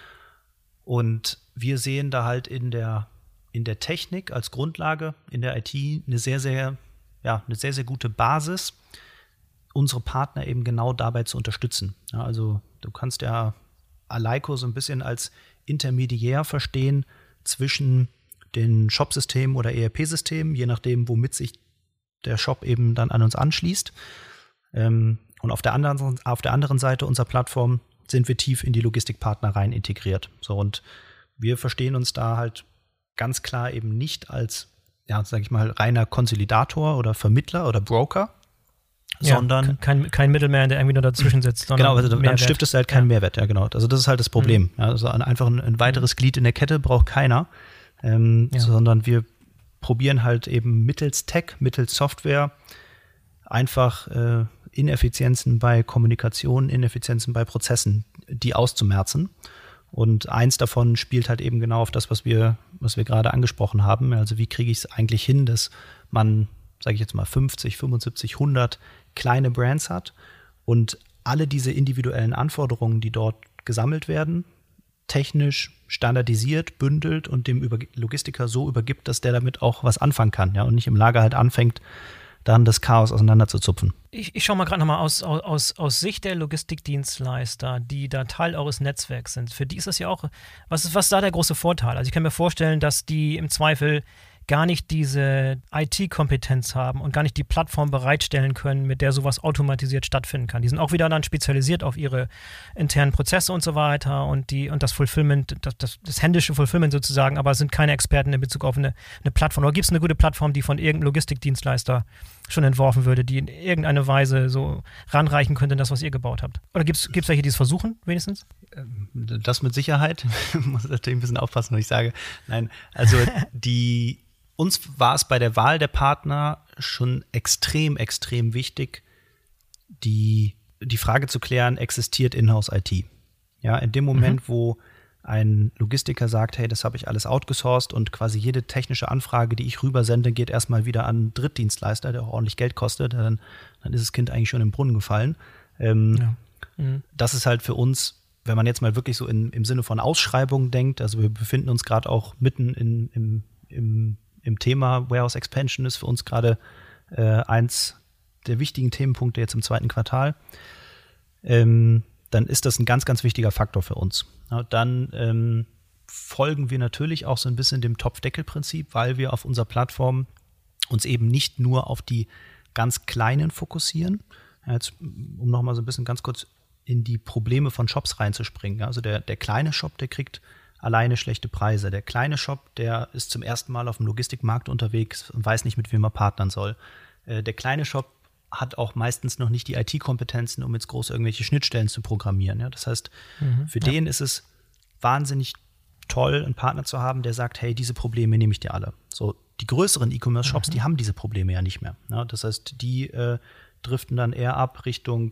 Und wir sehen da halt in der, in der Technik als Grundlage, in der I T eine sehr, sehr, ja, eine sehr, sehr gute Basis, unsere Partner eben genau dabei zu unterstützen. Ja, also du kannst ja Aleiko so ein bisschen als Intermediär verstehen zwischen den Shop-Systemen oder E R P-Systemen, je nachdem, womit sich der Shop eben dann an uns anschließt. Ähm, und auf der anderen, auf der anderen Seite unserer Plattform sind wir tief in die Logistikpartner rein integriert. So, und wir verstehen uns da halt ganz klar eben nicht als, ja, sag ich mal, reiner Konsolidator oder Vermittler oder Broker, ja, sondern kein, kein Mittelman, der irgendwie nur dazwischen sitzt. Genau, also dann stiftest du halt keinen ja. Mehrwert, ja genau. Also das ist halt das Problem. Mhm. Ja, also einfach ein, ein weiteres Glied in der Kette braucht keiner, ähm, ja. sondern wir probieren halt eben mittels Tech, mittels Software einfach äh, Ineffizienzen bei Kommunikation, Ineffizienzen bei Prozessen, die auszumerzen. Und eins davon spielt halt eben genau auf das, was wir, was wir gerade angesprochen haben. Also wie kriege ich es eigentlich hin, dass man, sage ich jetzt mal, fünfzig, fünfundsiebzig, hundert kleine Brands hat und alle diese individuellen Anforderungen, die dort gesammelt werden, technisch standardisiert, bündelt und dem Logistiker so übergibt, dass der damit auch was anfangen kann, ja, und nicht im Lager halt anfängt, dann das Chaos auseinanderzuzupfen. Ich, ich schaue mal gerade nochmal aus, aus, aus Sicht der Logistikdienstleister, die da Teil eures Netzwerks sind. Für die ist das ja auch, was ist, was ist da der große Vorteil? Also ich kann mir vorstellen, dass die im Zweifel gar nicht diese I T-Kompetenz haben und gar nicht die Plattform bereitstellen können, mit der sowas automatisiert stattfinden kann. Die sind auch wieder dann spezialisiert auf ihre internen Prozesse und so weiter und die und das Fulfillment, das, das, das händische Fulfillment sozusagen, aber sind keine Experten in Bezug auf eine, eine Plattform. Oder gibt es eine gute Plattform, die von irgendeinem Logistikdienstleister schon entworfen würde, die in irgendeiner Weise so ranreichen könnte in das, was ihr gebaut habt? Oder gibt es welche, die es versuchen, wenigstens? Das mit Sicherheit. Ich muss natürlich ein bisschen aufpassen, was ich sage. Nein, also die uns war es bei der Wahl der Partner schon extrem, extrem wichtig, die, die Frage zu klären, existiert Inhouse-I T? Ja, in dem Moment, mhm. wo ein Logistiker sagt, hey, das habe ich alles outgesourced und quasi jede technische Anfrage, die ich rübersende, geht erstmal wieder an einen Drittdienstleister, der auch ordentlich Geld kostet, dann, dann ist das Kind eigentlich schon im Brunnen gefallen. Ähm, ja. mhm. Das ist halt für uns, wenn man jetzt mal wirklich so in, im Sinne von Ausschreibungen denkt, also wir befinden uns gerade auch mitten in, im, im Im Thema Warehouse Expansion ist für uns gerade äh, eins der wichtigen Themenpunkte jetzt im zweiten Quartal. Ähm, dann ist das ein ganz, ganz wichtiger Faktor für uns. Ja, dann ähm, folgen wir natürlich auch so ein bisschen dem Topfdeckel-Prinzip, weil wir auf unserer Plattform uns eben nicht nur auf die ganz Kleinen fokussieren. Ja, jetzt, um nochmal so ein bisschen ganz kurz in die Probleme von Shops reinzuspringen. Ja, also der, der kleine Shop, der kriegt alleine schlechte Preise. Der kleine Shop, der ist zum ersten Mal auf dem Logistikmarkt unterwegs und weiß nicht, mit wem er partnern soll. Äh, der kleine Shop hat auch meistens noch nicht die I T-Kompetenzen, um jetzt groß irgendwelche Schnittstellen zu programmieren. Ja? Das heißt, mhm, für ja. den ist es wahnsinnig toll, einen Partner zu haben, der sagt, hey, diese Probleme nehme ich dir alle. So, die größeren E-Commerce-Shops, mhm. die haben diese Probleme ja nicht mehr. Ja? Das heißt, die äh, driften dann eher ab Richtung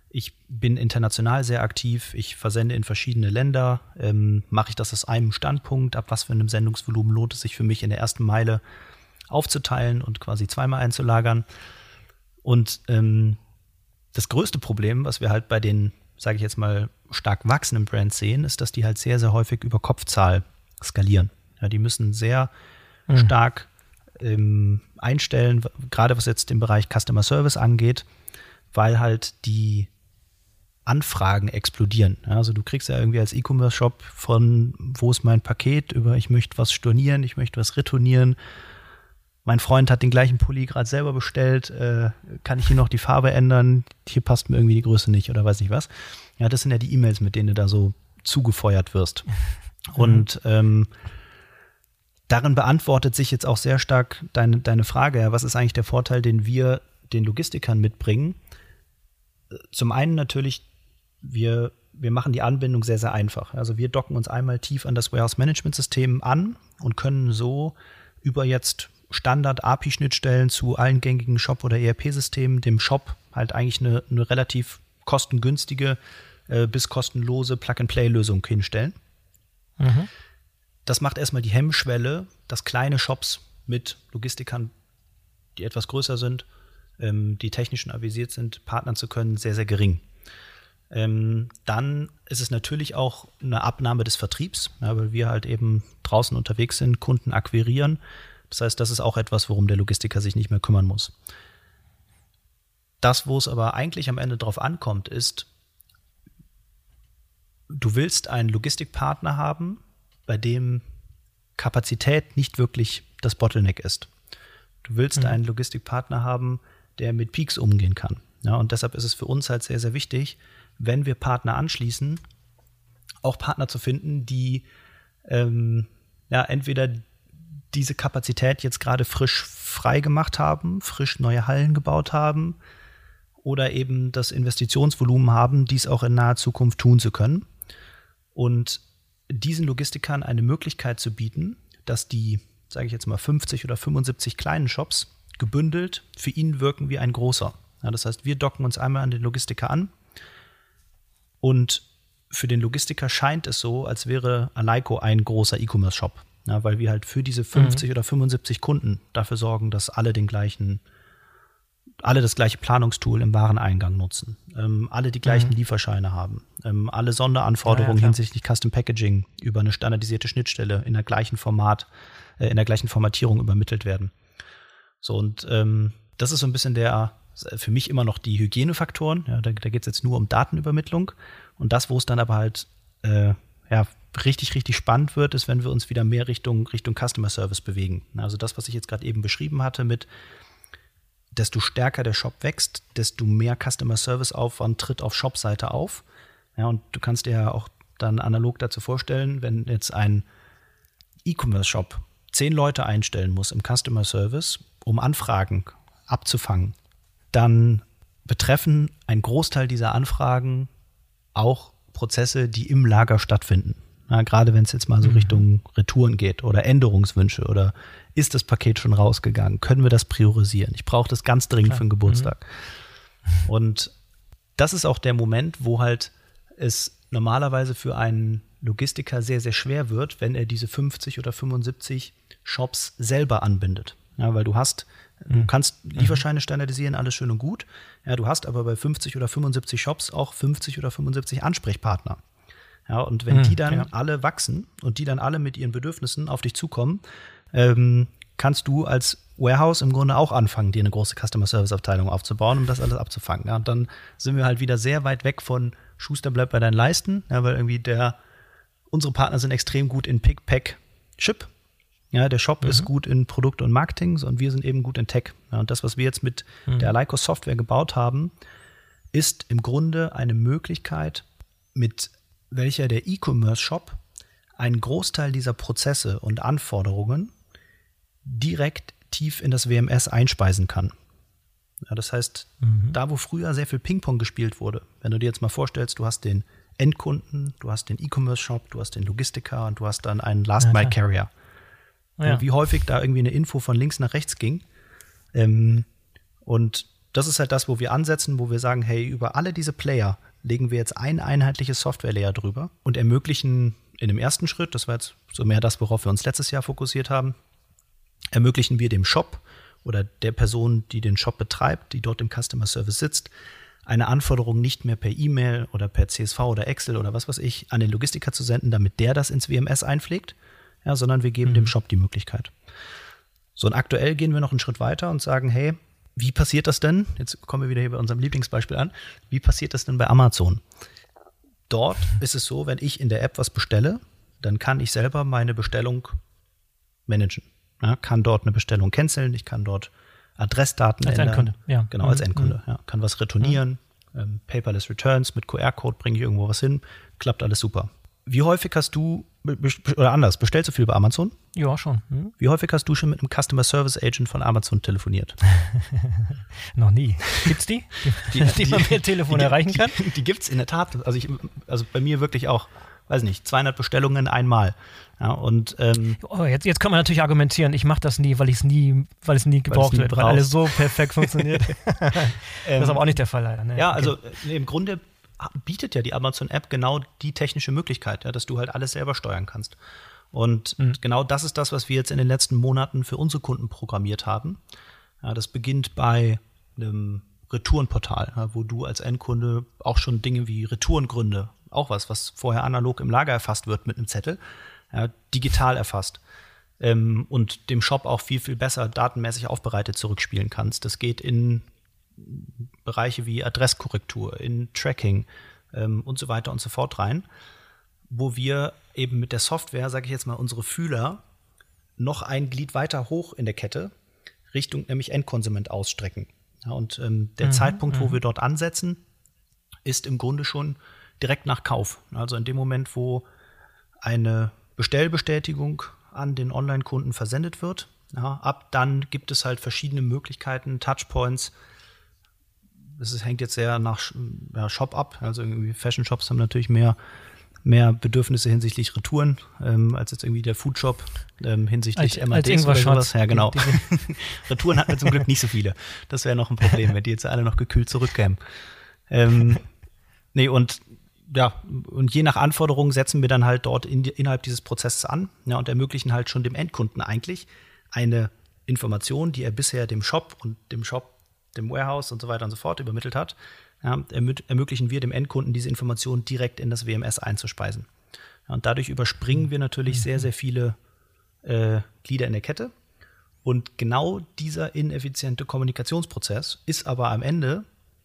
Ich bin international sehr aktiv, ich versende in verschiedene Länder. Ähm, mache ich das aus einem Standpunkt? Ab was für einem Sendungsvolumen lohnt es sich für mich in der ersten Meile aufzuteilen und quasi zweimal einzulagern? Und ähm, das größte Problem, was wir halt bei den, sage ich jetzt mal, stark wachsenden Brands sehen, ist, dass die halt sehr, sehr häufig über Kopfzahl skalieren. Ja, die müssen sehr mhm. stark ähm, einstellen, gerade was jetzt den Bereich Customer Service angeht, weil halt die Anfragen explodieren. Ja, also du kriegst ja irgendwie als E-Commerce-Shop von wo ist mein Paket über ich möchte was stornieren, ich möchte was retournieren. Mein Freund hat den gleichen Pulli gerade selber bestellt. Äh, kann ich hier noch die Farbe ändern? Hier passt mir irgendwie die Größe nicht oder weiß nicht was. Ja, das sind ja die E-Mails, mit denen du da so zugefeuert wirst. Mhm. Und ähm, darin beantwortet sich jetzt auch sehr stark deine, deine Frage, ja, was ist eigentlich der Vorteil, den wir den Logistikern mitbringen? Zum einen natürlich, wir, wir machen die Anbindung sehr, sehr einfach. Also wir docken uns einmal tief an das Warehouse-Management-System an und können so über jetzt Standard-A P I-Schnittstellen zu allen gängigen Shop- oder E R P-Systemen dem Shop halt eigentlich eine, eine relativ kostengünstige äh, bis kostenlose Plug-and-Play-Lösung hinstellen. Mhm. Das macht erstmal die Hemmschwelle, dass kleine Shops mit Logistikern, die etwas größer sind, ähm, die technisch schon avisiert sind, partnern zu können, sehr, sehr gering. Ähm, dann ist es natürlich auch eine Abnahme des Vertriebs, ja, weil wir halt eben draußen unterwegs sind, Kunden akquirieren. Das heißt, das ist auch etwas, worum der Logistiker sich nicht mehr kümmern muss. Das, wo es aber eigentlich am Ende drauf ankommt, ist, du willst einen Logistikpartner haben, bei dem Kapazität nicht wirklich das Bottleneck ist. Du willst mhm. einen Logistikpartner haben, der mit Peaks umgehen kann. Ja, und deshalb ist es für uns halt sehr, sehr wichtig, wenn wir Partner anschließen, auch Partner zu finden, die ähm, ja entweder diese Kapazität jetzt gerade frisch frei gemacht haben, frisch neue Hallen gebaut haben oder eben das Investitionsvolumen haben, dies auch in naher Zukunft tun zu können. Und diesen Logistikern eine Möglichkeit zu bieten, dass die, sage ich jetzt mal, fünfzig oder fünfundsiebzig kleinen Shops gebündelt für ihn wirken wie ein großer. Ja, das heißt, wir docken uns einmal an den Logistiker an und für den Logistiker scheint es so, als wäre Aleiko ein großer E-Commerce-Shop. Ja, weil wir halt für diese fünfzig mhm. oder fünfundsiebzig Kunden dafür sorgen, dass alle den gleichen, alle das gleiche Planungstool im Wareneingang nutzen, ähm, alle die gleichen mhm. Lieferscheine haben, ähm, alle Sonderanforderungen ja, ja, hinsichtlich Custom Packaging über eine standardisierte Schnittstelle in der gleichen Format, äh, in der gleichen Formatierung übermittelt werden. So, und ähm, das ist so ein bisschen der, für mich immer noch die Hygienefaktoren. Ja, da da geht es jetzt nur um Datenübermittlung. Und das, wo es dann aber halt äh, ja, richtig, richtig spannend wird, ist, wenn wir uns wieder mehr Richtung, Richtung Customer Service bewegen. Also das, was ich jetzt gerade eben beschrieben hatte mit, desto stärker der Shop wächst, desto mehr Customer Service Aufwand tritt auf Shop-Seite auf. Ja, und du kannst dir ja auch dann analog dazu vorstellen, wenn jetzt ein E-Commerce-Shop zehn Leute einstellen muss im Customer Service, um Anfragen abzufangen, dann betreffen ein Großteil dieser Anfragen auch Prozesse, die im Lager stattfinden. Ja, gerade wenn es jetzt mal so Richtung Retouren geht oder Änderungswünsche oder ist das Paket schon rausgegangen, können wir das priorisieren. Ich brauche das ganz dringend Klar. für den Geburtstag. Mhm. Und das ist auch der Moment, wo halt es normalerweise für einen Logistiker sehr, sehr schwer wird, wenn er diese fünfzig oder fünfundsiebzig Shops selber anbindet. Ja, weil du hast, mhm. du kannst Lieferscheine standardisieren, alles schön und gut. Ja, du hast aber bei fünfzig oder fünfundsiebzig Shops auch fünfzig oder fünfundsiebzig Ansprechpartner. Ja, und wenn mhm, die dann ja. alle wachsen und die dann alle mit ihren Bedürfnissen auf dich zukommen, ähm, kannst du als Warehouse im Grunde auch anfangen, dir eine große Customer-Service-Abteilung aufzubauen, um das alles abzufangen. Ja, und dann sind wir halt wieder sehr weit weg von Schuster bleibt bei deinen Leisten, ja, weil irgendwie der, unsere Partner sind extrem gut in Pick, Pack, Ship. Ja, der Shop mhm. ist gut in Produkt und Marketing und wir sind eben gut in Tech. Ja, und das, was wir jetzt mit mhm. der Aleiko Software gebaut haben, ist im Grunde eine Möglichkeit, mit welcher der E-Commerce-Shop einen Großteil dieser Prozesse und Anforderungen direkt tief in das W M S einspeisen kann. Ja, das heißt, mhm. da wo früher sehr viel Ping-Pong gespielt wurde, wenn du dir jetzt mal vorstellst, du hast den Endkunden, du hast den E-Commerce-Shop, du hast den Logistiker und du hast dann einen Last-Mile-Carrier. Ja. Wie häufig da irgendwie eine Info von links nach rechts ging. Ähm, und das ist halt das, wo wir ansetzen, wo wir sagen, hey, über alle diese Player legen wir jetzt ein einheitliches Software-Layer drüber und ermöglichen in dem ersten Schritt, das war jetzt so mehr das, worauf wir uns letztes Jahr fokussiert haben, ermöglichen wir dem Shop oder der Person, die den Shop betreibt, die dort im Customer Service sitzt, eine Anforderung nicht mehr per E-Mail oder per C S V oder Excel oder was weiß ich an den Logistiker zu senden, damit der das ins W M S einpflegt, ja, sondern wir geben mhm. dem Shop die Möglichkeit. So, und aktuell gehen wir noch einen Schritt weiter und sagen, hey, wie passiert das denn? Jetzt kommen wir wieder hier bei unserem Lieblingsbeispiel an. Wie passiert das denn bei Amazon? Dort ist es so, wenn ich in der App was bestelle, dann kann ich selber meine Bestellung managen. Ja, kann dort eine Bestellung canceln, ich kann dort Adressdaten als ändern. Endkunde, ja. Genau, mhm. als Endkunde. Ja, kann was retournieren, mhm. ähm, Paperless Returns mit Q R-Code, bringe ich irgendwo was hin, klappt alles super. Wie häufig hast du, oder anders, bestellst du viel bei Amazon? Ja, schon. Hm? Wie häufig hast du schon mit einem Customer Service Agent von Amazon telefoniert? Noch nie. Gibt's die? Die, die, die man per Telefon die, erreichen kann? Die, die gibt's in der Tat. Also, ich, also bei mir wirklich auch, weiß nicht, zweihundert Bestellungen einmal. Ja, und, ähm, oh, jetzt, jetzt kann man natürlich argumentieren, ich mache das nie, weil es nie, weil es nie gebraucht nie wird, weil alles so perfekt funktioniert. Das ist aber auch nicht der Fall leider. Ne? Ja, okay. also nee, im Grunde bietet ja die Amazon-App genau die technische Möglichkeit, ja, dass du halt alles selber steuern kannst. Und mhm. genau das ist das, was wir jetzt in den letzten Monaten für unsere Kunden programmiert haben. Ja, das beginnt bei einem Retourenportal, ja, wo du als Endkunde auch schon Dinge wie Retourengründe, auch was, was vorher analog im Lager erfasst wird mit einem Zettel, ja, digital erfasst ähm, und dem Shop auch viel, viel besser datenmäßig aufbereitet zurückspielen kannst. Das geht in Bereiche wie Adresskorrektur, in Tracking ähm, und so weiter und so fort rein, wo wir eben mit der Software, sage ich jetzt mal, unsere Fühler noch ein Glied weiter hoch in der Kette Richtung nämlich Endkonsument ausstrecken. Ja, und ähm, der mhm, Zeitpunkt, wo wir dort ansetzen, ist im Grunde schon direkt nach Kauf. Also in dem Moment, wo eine Bestellbestätigung an den Online-Kunden versendet wird, ja, ab dann gibt es halt verschiedene Möglichkeiten, Touchpoints. Das ist, hängt jetzt sehr nach ja, Shop ab. Also irgendwie Fashion-Shops haben natürlich mehr, mehr Bedürfnisse hinsichtlich Retouren ähm, als jetzt irgendwie der Food-Shop ähm, hinsichtlich M A Ds oder sowas. Ja, genau. Retouren hatten wir zum Glück nicht so viele. Das wäre noch ein Problem, wenn die jetzt alle noch gekühlt zurückkämen. Ähm, nee, und ja, und je nach Anforderungen setzen wir dann halt dort in die, innerhalb dieses Prozesses an, ja, und ermöglichen halt schon dem Endkunden eigentlich eine Information, die er bisher dem Shop und dem Shop dem Warehouse und so weiter und so fort übermittelt hat, ja, ermö- ermöglichen wir dem Endkunden, diese Information direkt in das W M S einzuspeisen. Ja, und dadurch überspringen wir natürlich mhm. sehr, sehr viele äh, Glieder in der Kette. Und genau dieser ineffiziente Kommunikationsprozess ist aber am Ende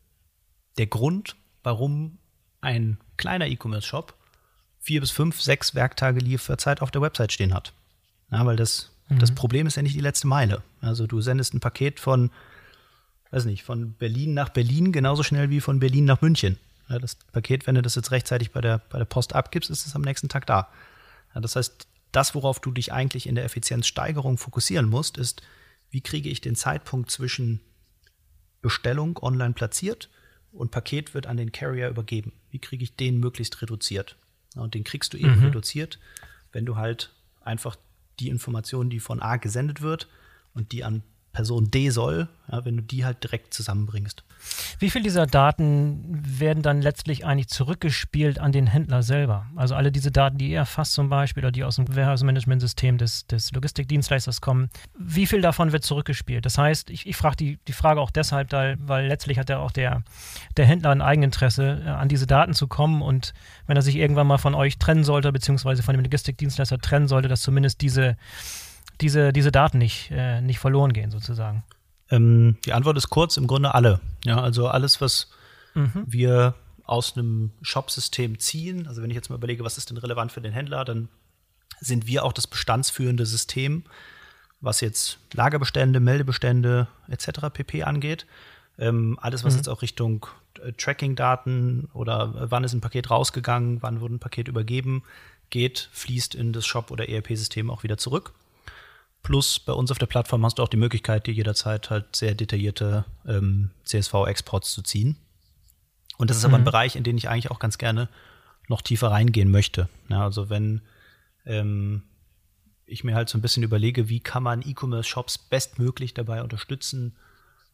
der Grund, warum ein kleiner E-Commerce-Shop vier bis fünf, sechs Werktage Lieferzeit auf der Website stehen hat. Ja, weil das, mhm. das Problem ist ja nicht die letzte Meile. Also du sendest ein Paket von weiß nicht, von Berlin nach Berlin genauso schnell wie von Berlin nach München. Ja, das Paket, wenn du das jetzt rechtzeitig bei der, bei der Post abgibst, ist es am nächsten Tag da. Ja, das heißt, das, worauf du dich eigentlich in der Effizienzsteigerung fokussieren musst, ist, wie kriege ich den Zeitpunkt zwischen Bestellung online platziert und Paket wird an den Carrier übergeben. Wie kriege ich den möglichst reduziert? Ja, und den kriegst du eben mhm. reduziert, wenn du halt einfach die Information, die von A gesendet wird und die an Person D soll, ja, wenn du die halt direkt zusammenbringst. Wie viel dieser Daten werden dann letztlich eigentlich zurückgespielt an den Händler selber? Also alle diese Daten, die ihr erfasst zum Beispiel oder die aus dem Warehouse-Management-System des, des Logistikdienstleisters kommen, wie viel davon wird zurückgespielt? Das heißt, ich, ich frage die, die Frage auch deshalb, weil, weil letztlich hat ja auch der, der Händler ein Eigeninteresse, an diese Daten zu kommen und wenn er sich irgendwann mal von euch trennen sollte, beziehungsweise von dem Logistikdienstleister trennen sollte, dass zumindest diese diese, diese Daten nicht, äh, nicht verloren gehen, sozusagen? Ähm, die Antwort ist kurz, im Grunde alle. Ja, also alles, was mhm. wir aus einem Shop-System ziehen, also wenn ich jetzt mal überlege, was ist denn relevant für den Händler, dann sind wir auch das bestandsführende System, was jetzt Lagerbestände, Meldebestände et cetera pp. Angeht. Ähm, alles, was mhm. jetzt auch Richtung äh, Tracking-Daten oder äh, wann ist ein Paket rausgegangen, wann wurde ein Paket übergeben, geht, fließt in das Shop- oder E R P-System auch wieder zurück. Plus bei uns auf der Plattform hast du auch die Möglichkeit, dir jederzeit halt sehr detaillierte ähm, C S V-Exports zu ziehen. Und das ist mhm. aber ein Bereich, in den ich eigentlich auch ganz gerne noch tiefer reingehen möchte. Ja, also wenn ähm, ich mir halt so ein bisschen überlege, wie kann man E-Commerce-Shops bestmöglich dabei unterstützen,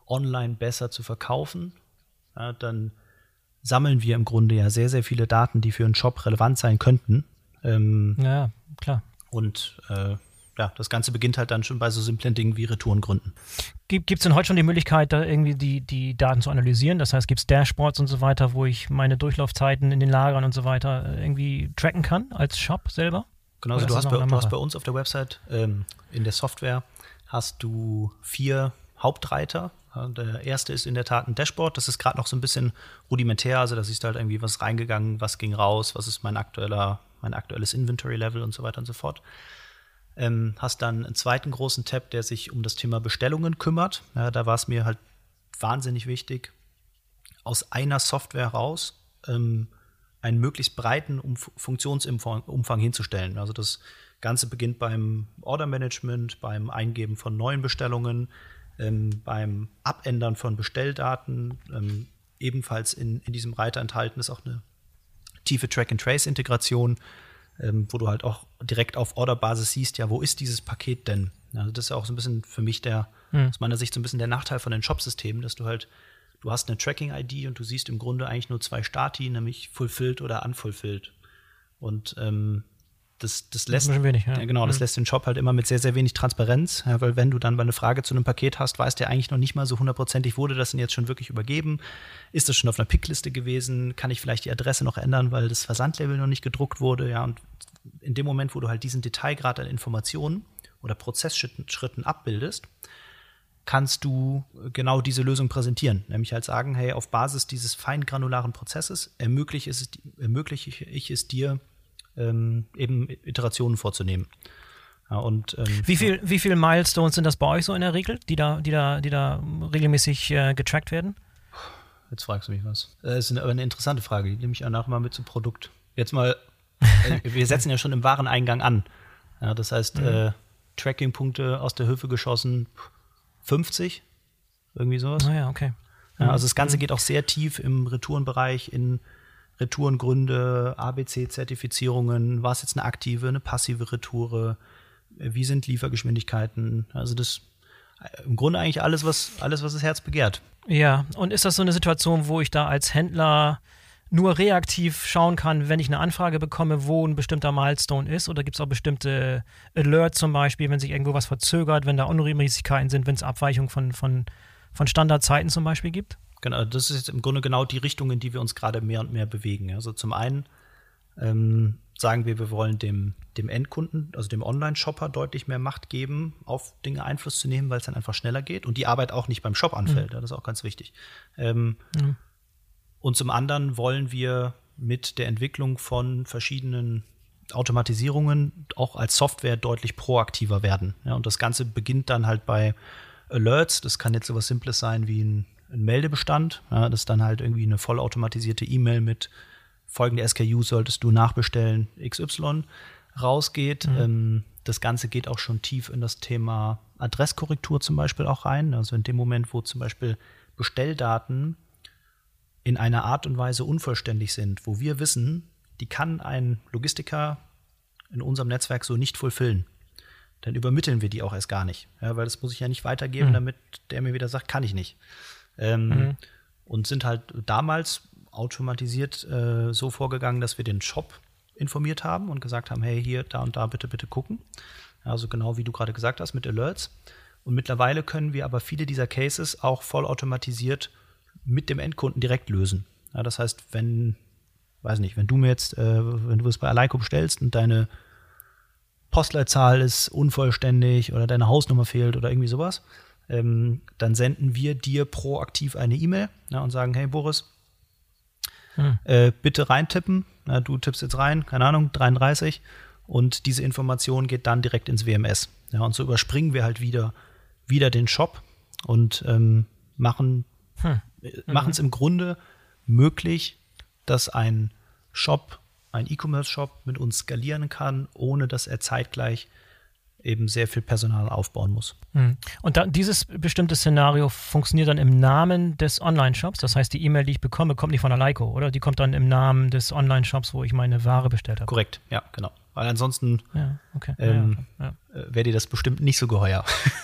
online besser zu verkaufen, ja, dann sammeln wir im Grunde ja sehr, sehr viele Daten, die für einen Shop relevant sein könnten. Ähm, ja, klar. Und äh, ja, das Ganze beginnt halt dann schon bei so simplen Dingen wie Retourengründen. Gibt es denn heute schon die Möglichkeit, da irgendwie die, die Daten zu analysieren? Das heißt, gibt es Dashboards und so weiter, wo ich meine Durchlaufzeiten in den Lagern und so weiter irgendwie tracken kann als Shop selber? Genau, also du hast, bei, du hast bei uns auf der Website ähm, in der Software hast du vier Hauptreiter. Der erste ist in der Tat ein Dashboard. Das ist gerade noch so ein bisschen rudimentär. Also da siehst du halt irgendwie, was ist reingegangen, was ging raus, was ist mein aktueller, mein aktuelles Inventory-Level und so weiter und so fort. Ähm, hast dann einen zweiten großen Tab, der sich um das Thema Bestellungen kümmert. Ja, da war es mir halt wahnsinnig wichtig, aus einer Software raus ähm, einen möglichst breiten Umf- Funktionsumfang Umfang hinzustellen. Also das Ganze beginnt beim Order-Management, beim Eingeben von neuen Bestellungen, ähm, beim Abändern von Bestelldaten. Ähm, ebenfalls in, in diesem Reiter enthalten ist auch eine tiefe Track-and-Trace-Integration, ähm, wo du halt auch direkt auf Orderbasis siehst, ja, wo ist dieses Paket denn? Also das ist ja auch so ein bisschen für mich der, hm. aus meiner Sicht so ein bisschen der Nachteil von den Shop-Systemen, dass du halt, du hast eine Tracking-I D und du siehst im Grunde eigentlich nur zwei Stati, nämlich fulfilled oder unfulfilled. Und ähm, das, das lässt, das ist wenig, ja. Ja, genau, das mhm. lässt den Shop halt immer mit sehr, sehr wenig Transparenz, ja, weil wenn du dann mal eine Frage zu einem Paket hast, weißt du ja eigentlich noch nicht mal so hundertprozentig, wurde das denn jetzt schon wirklich übergeben? Ist das schon auf einer Pickliste gewesen? Kann ich vielleicht die Adresse noch ändern, weil das Versandlabel noch nicht gedruckt wurde? Ja, und in dem Moment, wo du halt diesen Detailgrad an Informationen oder Prozessschritten abbildest, kannst du genau diese Lösung präsentieren. Nämlich halt sagen, hey, auf Basis dieses feingranularen Prozesses ermögliche, es, ermögliche ich es dir, ähm, eben Iterationen vorzunehmen. Ja, und, ähm, wie viel, wie viele Milestones sind das bei euch so in der Regel, die da, die da, die da regelmäßig äh, getrackt werden? Jetzt fragst du mich was. Das ist eine, aber eine interessante Frage, die nehme ich danach mal mit zum Produkt. Jetzt mal, äh, wir setzen ja schon im Wareneingang an. Ja, das heißt, mhm. äh, Tracking-Punkte aus der Hüfte geschossen, fünfzig, irgendwie sowas. Ah ja, okay. Ja, also das Ganze mhm. geht auch sehr tief im Retourenbereich, in Retourengründe, A B C-Zertifizierungen, war es jetzt eine aktive, eine passive Retoure, wie sind Liefergeschwindigkeiten, also das im Grunde eigentlich alles, was, alles, was das Herz begehrt. Ja, und ist das so eine Situation, wo ich da als Händler nur reaktiv schauen kann, wenn ich eine Anfrage bekomme, wo ein bestimmter Milestone ist, oder gibt es auch bestimmte Alerts zum Beispiel, wenn sich irgendwo was verzögert, wenn da Unregelmäßigkeiten sind, wenn es Abweichungen von, von, von Standardzeiten zum Beispiel gibt? Genau, das ist jetzt im Grunde genau die Richtung, in die wir uns gerade mehr und mehr bewegen. Also zum einen ähm, sagen wir, wir wollen dem, dem Endkunden, also dem Online-Shopper deutlich mehr Macht geben, auf Dinge Einfluss zu nehmen, weil es dann einfach schneller geht und die Arbeit auch nicht beim Shop anfällt. Mhm. Ja, das ist auch ganz wichtig. Ähm, mhm. Und zum anderen wollen wir mit der Entwicklung von verschiedenen Automatisierungen auch als Software deutlich proaktiver werden. Ja, und das Ganze beginnt dann halt bei Alerts. Das kann jetzt so was Simples sein wie ein ein Meldebestand, ja, das ist dann halt irgendwie eine vollautomatisierte E-Mail mit folgende S K U solltest du nachbestellen X Y rausgeht. Mhm. Ähm, das Ganze geht auch schon tief in das Thema Adresskorrektur zum Beispiel auch rein. Also in dem Moment, wo zum Beispiel Bestelldaten in einer Art und Weise unvollständig sind, wo wir wissen, die kann ein Logistiker in unserem Netzwerk so nicht fulfillen, dann übermitteln wir die auch erst gar nicht. Ja, weil das muss ich ja nicht weitergeben, mhm. damit der mir wieder sagt, kann ich nicht. Ähm, mhm. Und sind halt damals automatisiert äh, so vorgegangen, dass wir den Shop informiert haben und gesagt haben, hey, hier, da und da bitte, bitte gucken. Also genau wie du gerade gesagt hast, mit Alerts. Und mittlerweile können wir aber viele dieser Cases auch vollautomatisiert mit dem Endkunden direkt lösen. Ja, das heißt, wenn, weiß nicht, wenn du mir jetzt, äh, wenn du es bei Aleiko bestellst und deine Postleitzahl ist unvollständig oder deine Hausnummer fehlt oder irgendwie sowas, ähm, dann senden wir dir proaktiv eine E-Mail, ja, und sagen, hey Boris, hm. äh, bitte reintippen. Ja, du tippst jetzt rein, keine Ahnung, dreiunddreißig, und diese Information geht dann direkt ins W M S. Ja, und so überspringen wir halt wieder, wieder den Shop und ähm, machen hm. äh, machen es im Grunde möglich, dass ein Shop, ein E-Commerce-Shop mit uns skalieren kann, ohne dass er zeitgleich eben sehr viel Personal aufbauen muss. Und da, dieses bestimmte Szenario funktioniert dann im Namen des Online-Shops? Das heißt, die E-Mail, die ich bekomme, kommt nicht von Aleiko, oder? Die kommt dann im Namen des Online-Shops, wo ich meine Ware bestellt habe? Korrekt, ja, genau. Weil ansonsten ja, okay. ähm, ja, ja. wäre dir das bestimmt nicht so geheuer.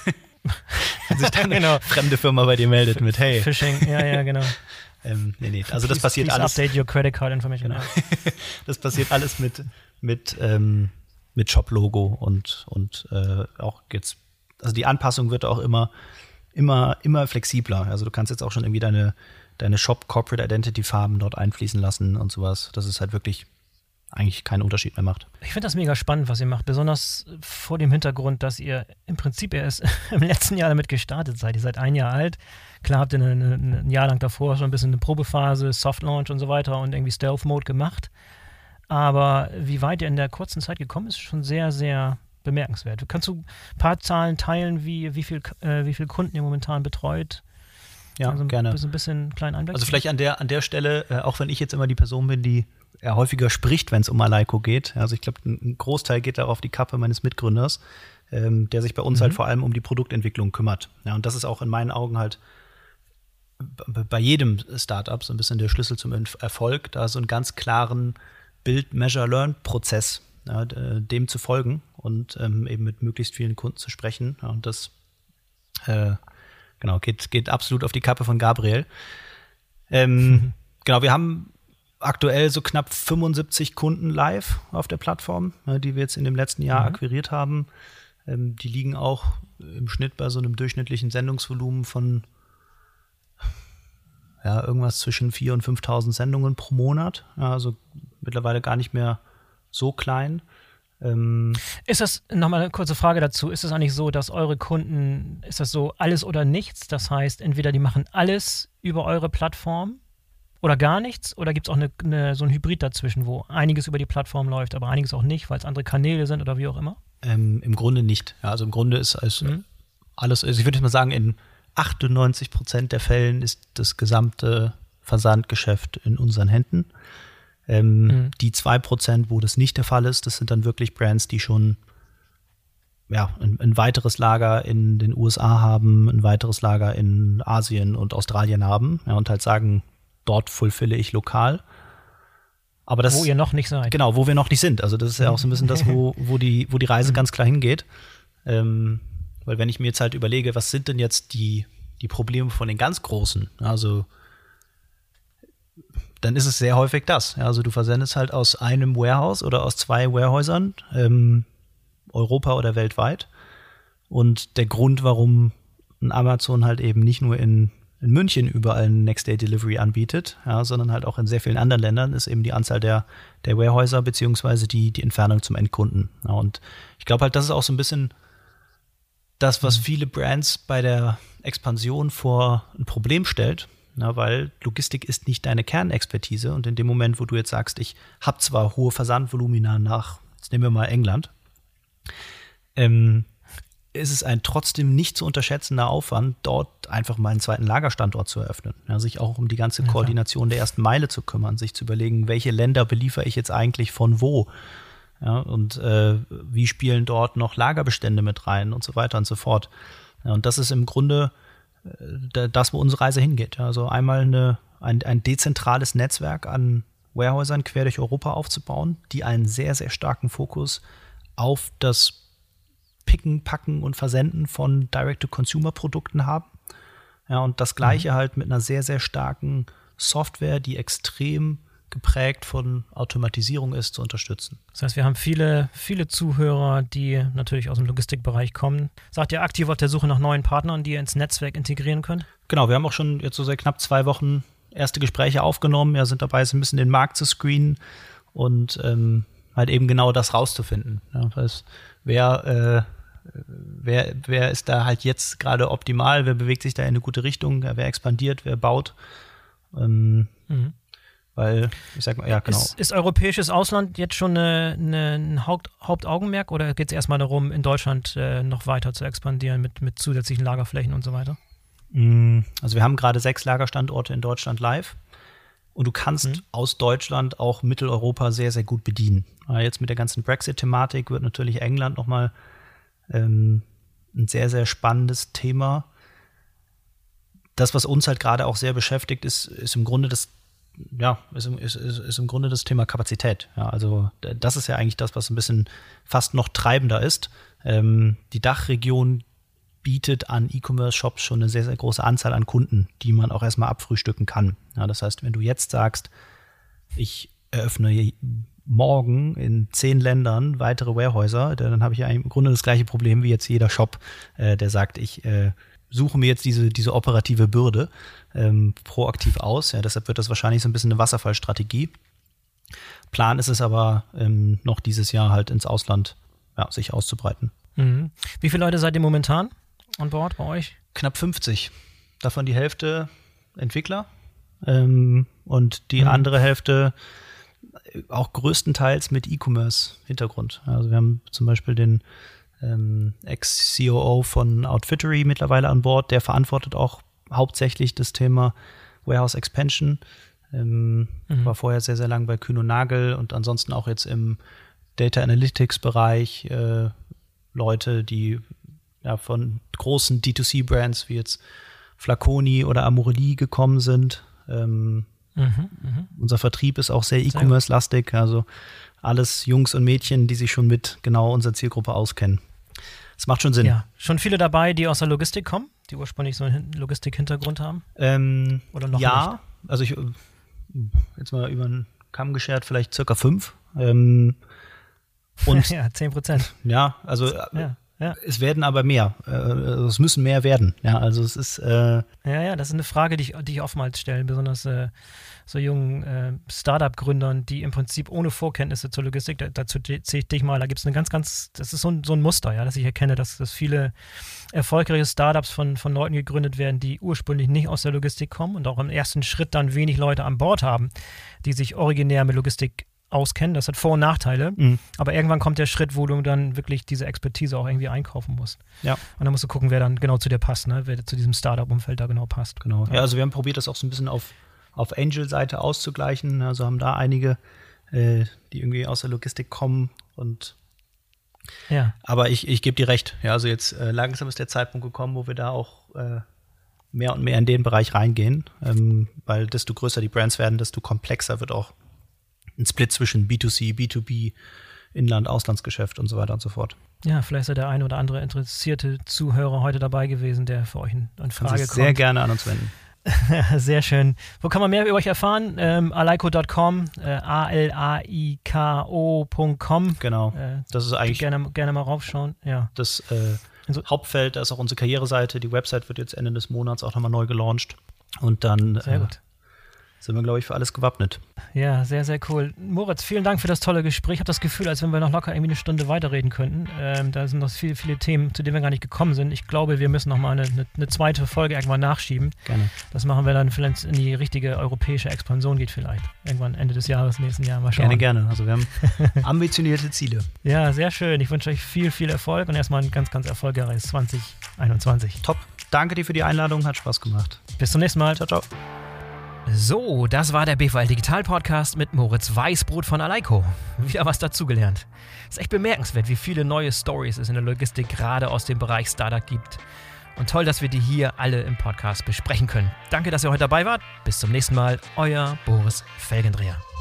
Wenn sich dann genau. eine fremde Firma bei dir meldet mit hey. Phishing, ja, ja, genau. ähm, nee, nee, also das please, passiert please alles. Update your credit card information. Genau. Das passiert alles mit, mit, ähm, mit Shop-Logo und, und äh, auch jetzt, also die Anpassung wird auch immer, immer, immer flexibler. Also du kannst jetzt auch schon irgendwie deine, deine Shop-Corporate Identity-Farben dort einfließen lassen und sowas. Das ist halt wirklich eigentlich keinen Unterschied mehr macht. Ich finde das mega spannend, was ihr macht, besonders vor dem Hintergrund, dass ihr im Prinzip erst im letzten Jahr damit gestartet seid. Ihr seid ein Jahr alt. Klar habt ihr eine, eine, ein Jahr lang davor schon ein bisschen eine Probephase, Soft-Launch und so weiter und irgendwie Stealth-Mode gemacht. Aber wie weit ihr in der kurzen Zeit gekommen ist, ist schon sehr, sehr bemerkenswert. Kannst du ein paar Zahlen teilen, wie, wie viel, äh, wie viel Kunden ihr momentan betreut? Ja, also gerne. Ein bisschen kleinen Einblick. Also vielleicht an der, an der Stelle, äh, auch wenn ich jetzt immer die Person bin, die eher häufiger spricht, wenn es um Aleiko geht. Also ich glaube, ein Großteil geht da auf die Kappe meines Mitgründers, ähm, der sich bei uns mhm. halt vor allem um die Produktentwicklung kümmert. Ja, und das ist auch in meinen Augen halt b- bei jedem Startup so ein bisschen der Schlüssel zum Erfolg, da so einen ganz klaren Build-Measure-Learn-Prozess, ja, dem zu folgen und ähm, eben mit möglichst vielen Kunden zu sprechen. Ja, und das äh, genau geht, geht absolut auf die Kappe von Gabriel. Ähm, mhm. Genau, wir haben aktuell so knapp fünfundsiebzig Kunden live auf der Plattform, die wir jetzt in dem letzten Jahr mhm. akquiriert haben. Ähm, die liegen auch im Schnitt bei so einem durchschnittlichen Sendungsvolumen von ja, irgendwas zwischen viertausend und fünftausend Sendungen pro Monat. Ja, also mittlerweile gar nicht mehr so klein. Ähm ist das, nochmal eine kurze Frage dazu, ist es eigentlich so, dass eure Kunden, ist das so alles oder nichts? Das heißt, entweder die machen alles über eure Plattform oder gar nichts? Oder gibt es auch eine, eine, so ein Hybrid dazwischen, wo einiges über die Plattform läuft, aber einiges auch nicht, weil es andere Kanäle sind oder wie auch immer? Ähm, Im Grunde nicht. Ja, also im Grunde ist es mhm. alles, also ich würde mal sagen, in achtundneunzig Prozent der Fällen ist das gesamte Versandgeschäft in unseren Händen. Ähm, mhm. Die zwei Prozent, wo das nicht der Fall ist, das sind dann wirklich Brands, die schon ja, ein, ein weiteres Lager in den U S A haben, ein weiteres Lager in Asien und Australien haben, ja, und halt sagen, dort fulfille ich lokal. Aber das, wo ihr noch nicht seid. Genau, wo wir noch nicht sind. Also das ist ja auch so ein bisschen das, wo, wo, die, wo die Reise ganz klar hingeht. Ähm, weil wenn ich mir jetzt halt überlege, was sind denn jetzt die, die Probleme von den ganz Großen? Also dann ist es sehr häufig das. Ja, also du versendest halt aus einem Warehouse oder aus zwei Warehäusern, ähm, Europa oder weltweit. Und der Grund, warum ein Amazon halt eben nicht nur in in München überall ein Next-Day-Delivery anbietet, ja, sondern halt auch in sehr vielen anderen Ländern, ist eben die Anzahl der, der Warehäuser beziehungsweise die, die Entfernung zum Endkunden. Ja, und ich glaube halt, das ist auch so ein bisschen das, was viele Brands bei der Expansion vor ein Problem stellt, ja, weil Logistik ist nicht deine Kernexpertise und in dem Moment, wo du jetzt sagst, ich habe zwar hohe Versandvolumina nach, jetzt nehmen wir mal England, ähm, ist es ein trotzdem nicht zu unterschätzender Aufwand, dort einfach mal einen zweiten Lagerstandort zu eröffnen. Ja, sich auch um die ganze ja, Koordination der ersten Meile zu kümmern, sich zu überlegen, welche Länder beliefere ich jetzt eigentlich von wo. Ja, und äh, wie spielen dort noch Lagerbestände mit rein und so weiter und so fort. Ja, und das ist im Grunde äh, das, wo unsere Reise hingeht. Ja, also einmal eine, ein, ein dezentrales Netzwerk an Warehäusern quer durch Europa aufzubauen, die einen sehr, sehr starken Fokus auf das Picken, Packen und Versenden von Direct-to-Consumer-Produkten haben. Ja, und das Gleiche mhm. halt mit einer sehr, sehr starken Software, die extrem geprägt von Automatisierung ist, zu unterstützen. Das heißt, wir haben viele, viele Zuhörer, die natürlich aus dem Logistikbereich kommen. Seid ihr aktiv auf der Suche nach neuen Partnern, die ihr ins Netzwerk integrieren könnt? Genau, wir haben auch schon jetzt so seit knapp zwei Wochen erste Gespräche aufgenommen. Wir sind dabei, so ein bisschen den Markt zu screenen und ähm, halt eben genau das rauszufinden. Ja, das heißt, wer, äh, wer, wer ist da halt jetzt gerade optimal, wer bewegt sich da in eine gute Richtung, wer expandiert, wer baut. Ähm, mhm. Weil, ich sag mal, ja, genau. Ist, ist europäisches Ausland jetzt schon eine, eine, ein Haupt, Hauptaugenmerk oder geht es erstmal darum, in Deutschland äh, noch weiter zu expandieren mit, mit zusätzlichen Lagerflächen und so weiter? Also wir haben gerade sechs Lagerstandorte in Deutschland live. Und du kannst mhm. aus Deutschland auch Mitteleuropa sehr, sehr gut bedienen. Jetzt mit der ganzen Brexit-Thematik wird natürlich England nochmal ähm, ein sehr, sehr spannendes Thema. Das, was uns halt gerade auch sehr beschäftigt, ist, ist im Grunde das, ja, ist, ist, ist, ist im Grunde das Thema Kapazität. Ja, also das ist ja eigentlich das, was ein bisschen fast noch treibender ist. Ähm, die Dachregion bietet an E-Commerce-Shops schon eine sehr, sehr große Anzahl an Kunden, die man auch erstmal abfrühstücken kann. Ja, das heißt, wenn du jetzt sagst, ich eröffne morgen in zehn Ländern weitere Warehäuser, dann habe ich ja im Grunde das gleiche Problem wie jetzt jeder Shop, äh, der sagt, ich äh, suche mir jetzt diese, diese operative Bürde ähm, proaktiv aus. Ja, deshalb wird das wahrscheinlich so ein bisschen eine Wasserfallstrategie. Plan ist es aber, ähm, noch dieses Jahr halt ins Ausland ja, sich auszubreiten. Mhm. Wie viele Leute seid ihr momentan an Bord bei euch? Knapp fünfzig. Davon die Hälfte Entwickler ähm, und die mhm. andere Hälfte auch größtenteils mit E-Commerce-Hintergrund. Also wir haben zum Beispiel den ähm, Ex-C O O von Outfittery mittlerweile an Bord, der verantwortet auch hauptsächlich das Thema Warehouse Expansion. Ähm, mhm. War vorher sehr, sehr lang bei Kühn und Nagel und ansonsten auch jetzt im Data Analytics-Bereich äh, Leute, die ja, von großen D zwei C-Brands wie jetzt Flaconi oder Amorelie gekommen sind. Ähm, Mhm, mh. Unser Vertrieb ist auch sehr E-Commerce-lastig, also alles Jungs und Mädchen, die sich schon mit genau unserer Zielgruppe auskennen. Das macht schon Sinn. Ja, schon viele dabei, die aus der Logistik kommen, die ursprünglich so einen Logistik-Hintergrund haben? Ähm, Oder noch ja, nicht? Also ich jetzt mal über den Kamm geschert, vielleicht circa fünf. Ähm, und ja, zehn Prozent. Ja, also ja. Ja. Es werden aber mehr. Äh, es müssen mehr werden. Ja, also es ist. Äh ja, ja, das ist eine Frage, die ich, die ich oftmals stelle, besonders äh, so jungen äh, Startup-Gründern, die im Prinzip ohne Vorkenntnisse zur Logistik, da, dazu zähle ich dich mal, da gibt es eine ganz, ganz, das ist so ein, so ein Muster, ja, das ich erkenne, dass, dass viele erfolgreiche Startups von, von Leuten gegründet werden, die ursprünglich nicht aus der Logistik kommen und auch im ersten Schritt dann wenig Leute an Bord haben, die sich originär mit Logistik auskennen. Das hat Vor- und Nachteile. Mhm. Aber irgendwann kommt der Schritt, wo du dann wirklich diese Expertise auch irgendwie einkaufen musst. Ja. Und dann musst du gucken, wer dann genau zu dir passt, ne? Wer zu diesem Startup-Umfeld da genau passt. Genau. Ja, also wir haben probiert, das auch so ein bisschen auf, auf Angel-Seite auszugleichen. Also haben da einige, äh, die irgendwie aus der Logistik kommen und ja. Aber ich, ich gebe dir recht. Ja, also jetzt äh, langsam ist der Zeitpunkt gekommen, wo wir da auch äh, mehr und mehr in den Bereich reingehen. Ähm, weil desto größer die Brands werden, desto komplexer wird auch ein Split zwischen B zwei C, B zwei B, Inland-, Auslandsgeschäft und so weiter und so fort. Ja, vielleicht ist der eine oder andere interessierte Zuhörer heute dabei gewesen, der für euch in, in Frage kommt. Sehr gerne an uns wenden. Sehr schön. Wo kann man mehr über euch erfahren? Ähm, alaiko Punkt com, äh, A L A I K O Punkt com. Genau. Äh, das ist eigentlich gerne, gerne mal raufschauen. Ja. Das äh, also, Hauptfeld, da ist auch unsere Karriereseite. Die Website wird jetzt Ende des Monats auch nochmal neu gelauncht. Und dann Sehr gut. Äh, sind wir, glaube ich, für alles gewappnet. Ja, sehr, sehr cool. Moritz, vielen Dank für das tolle Gespräch. Ich habe das Gefühl, als wenn wir noch locker irgendwie eine Stunde weiterreden könnten. Ähm, da sind noch viele, viele Themen, zu denen wir gar nicht gekommen sind. Ich glaube, wir müssen noch mal eine, eine, eine zweite Folge irgendwann nachschieben. Gerne. Das machen wir dann, vielleicht in die richtige europäische Expansion geht vielleicht. Irgendwann Ende des Jahres, nächsten Jahr. Mal schauen. Gerne, gerne. Also wir haben ambitionierte Ziele. Ja, sehr schön. Ich wünsche euch viel, viel Erfolg und erstmal ein ganz, ganz erfolgreiches zwanzig einundzwanzig. Top. Danke dir für die Einladung. Hat Spaß gemacht. Bis zum nächsten Mal. Ciao, ciao. So, das war der B V L Digital Podcast mit Moritz Weißbrot von Alaiko. Wieder was dazugelernt. Ist echt bemerkenswert, wie viele neue Stories es in der Logistik gerade aus dem Bereich Startup gibt. Und toll, dass wir die hier alle im Podcast besprechen können. Danke, dass ihr heute dabei wart. Bis zum nächsten Mal. Euer Boris Felgendreher.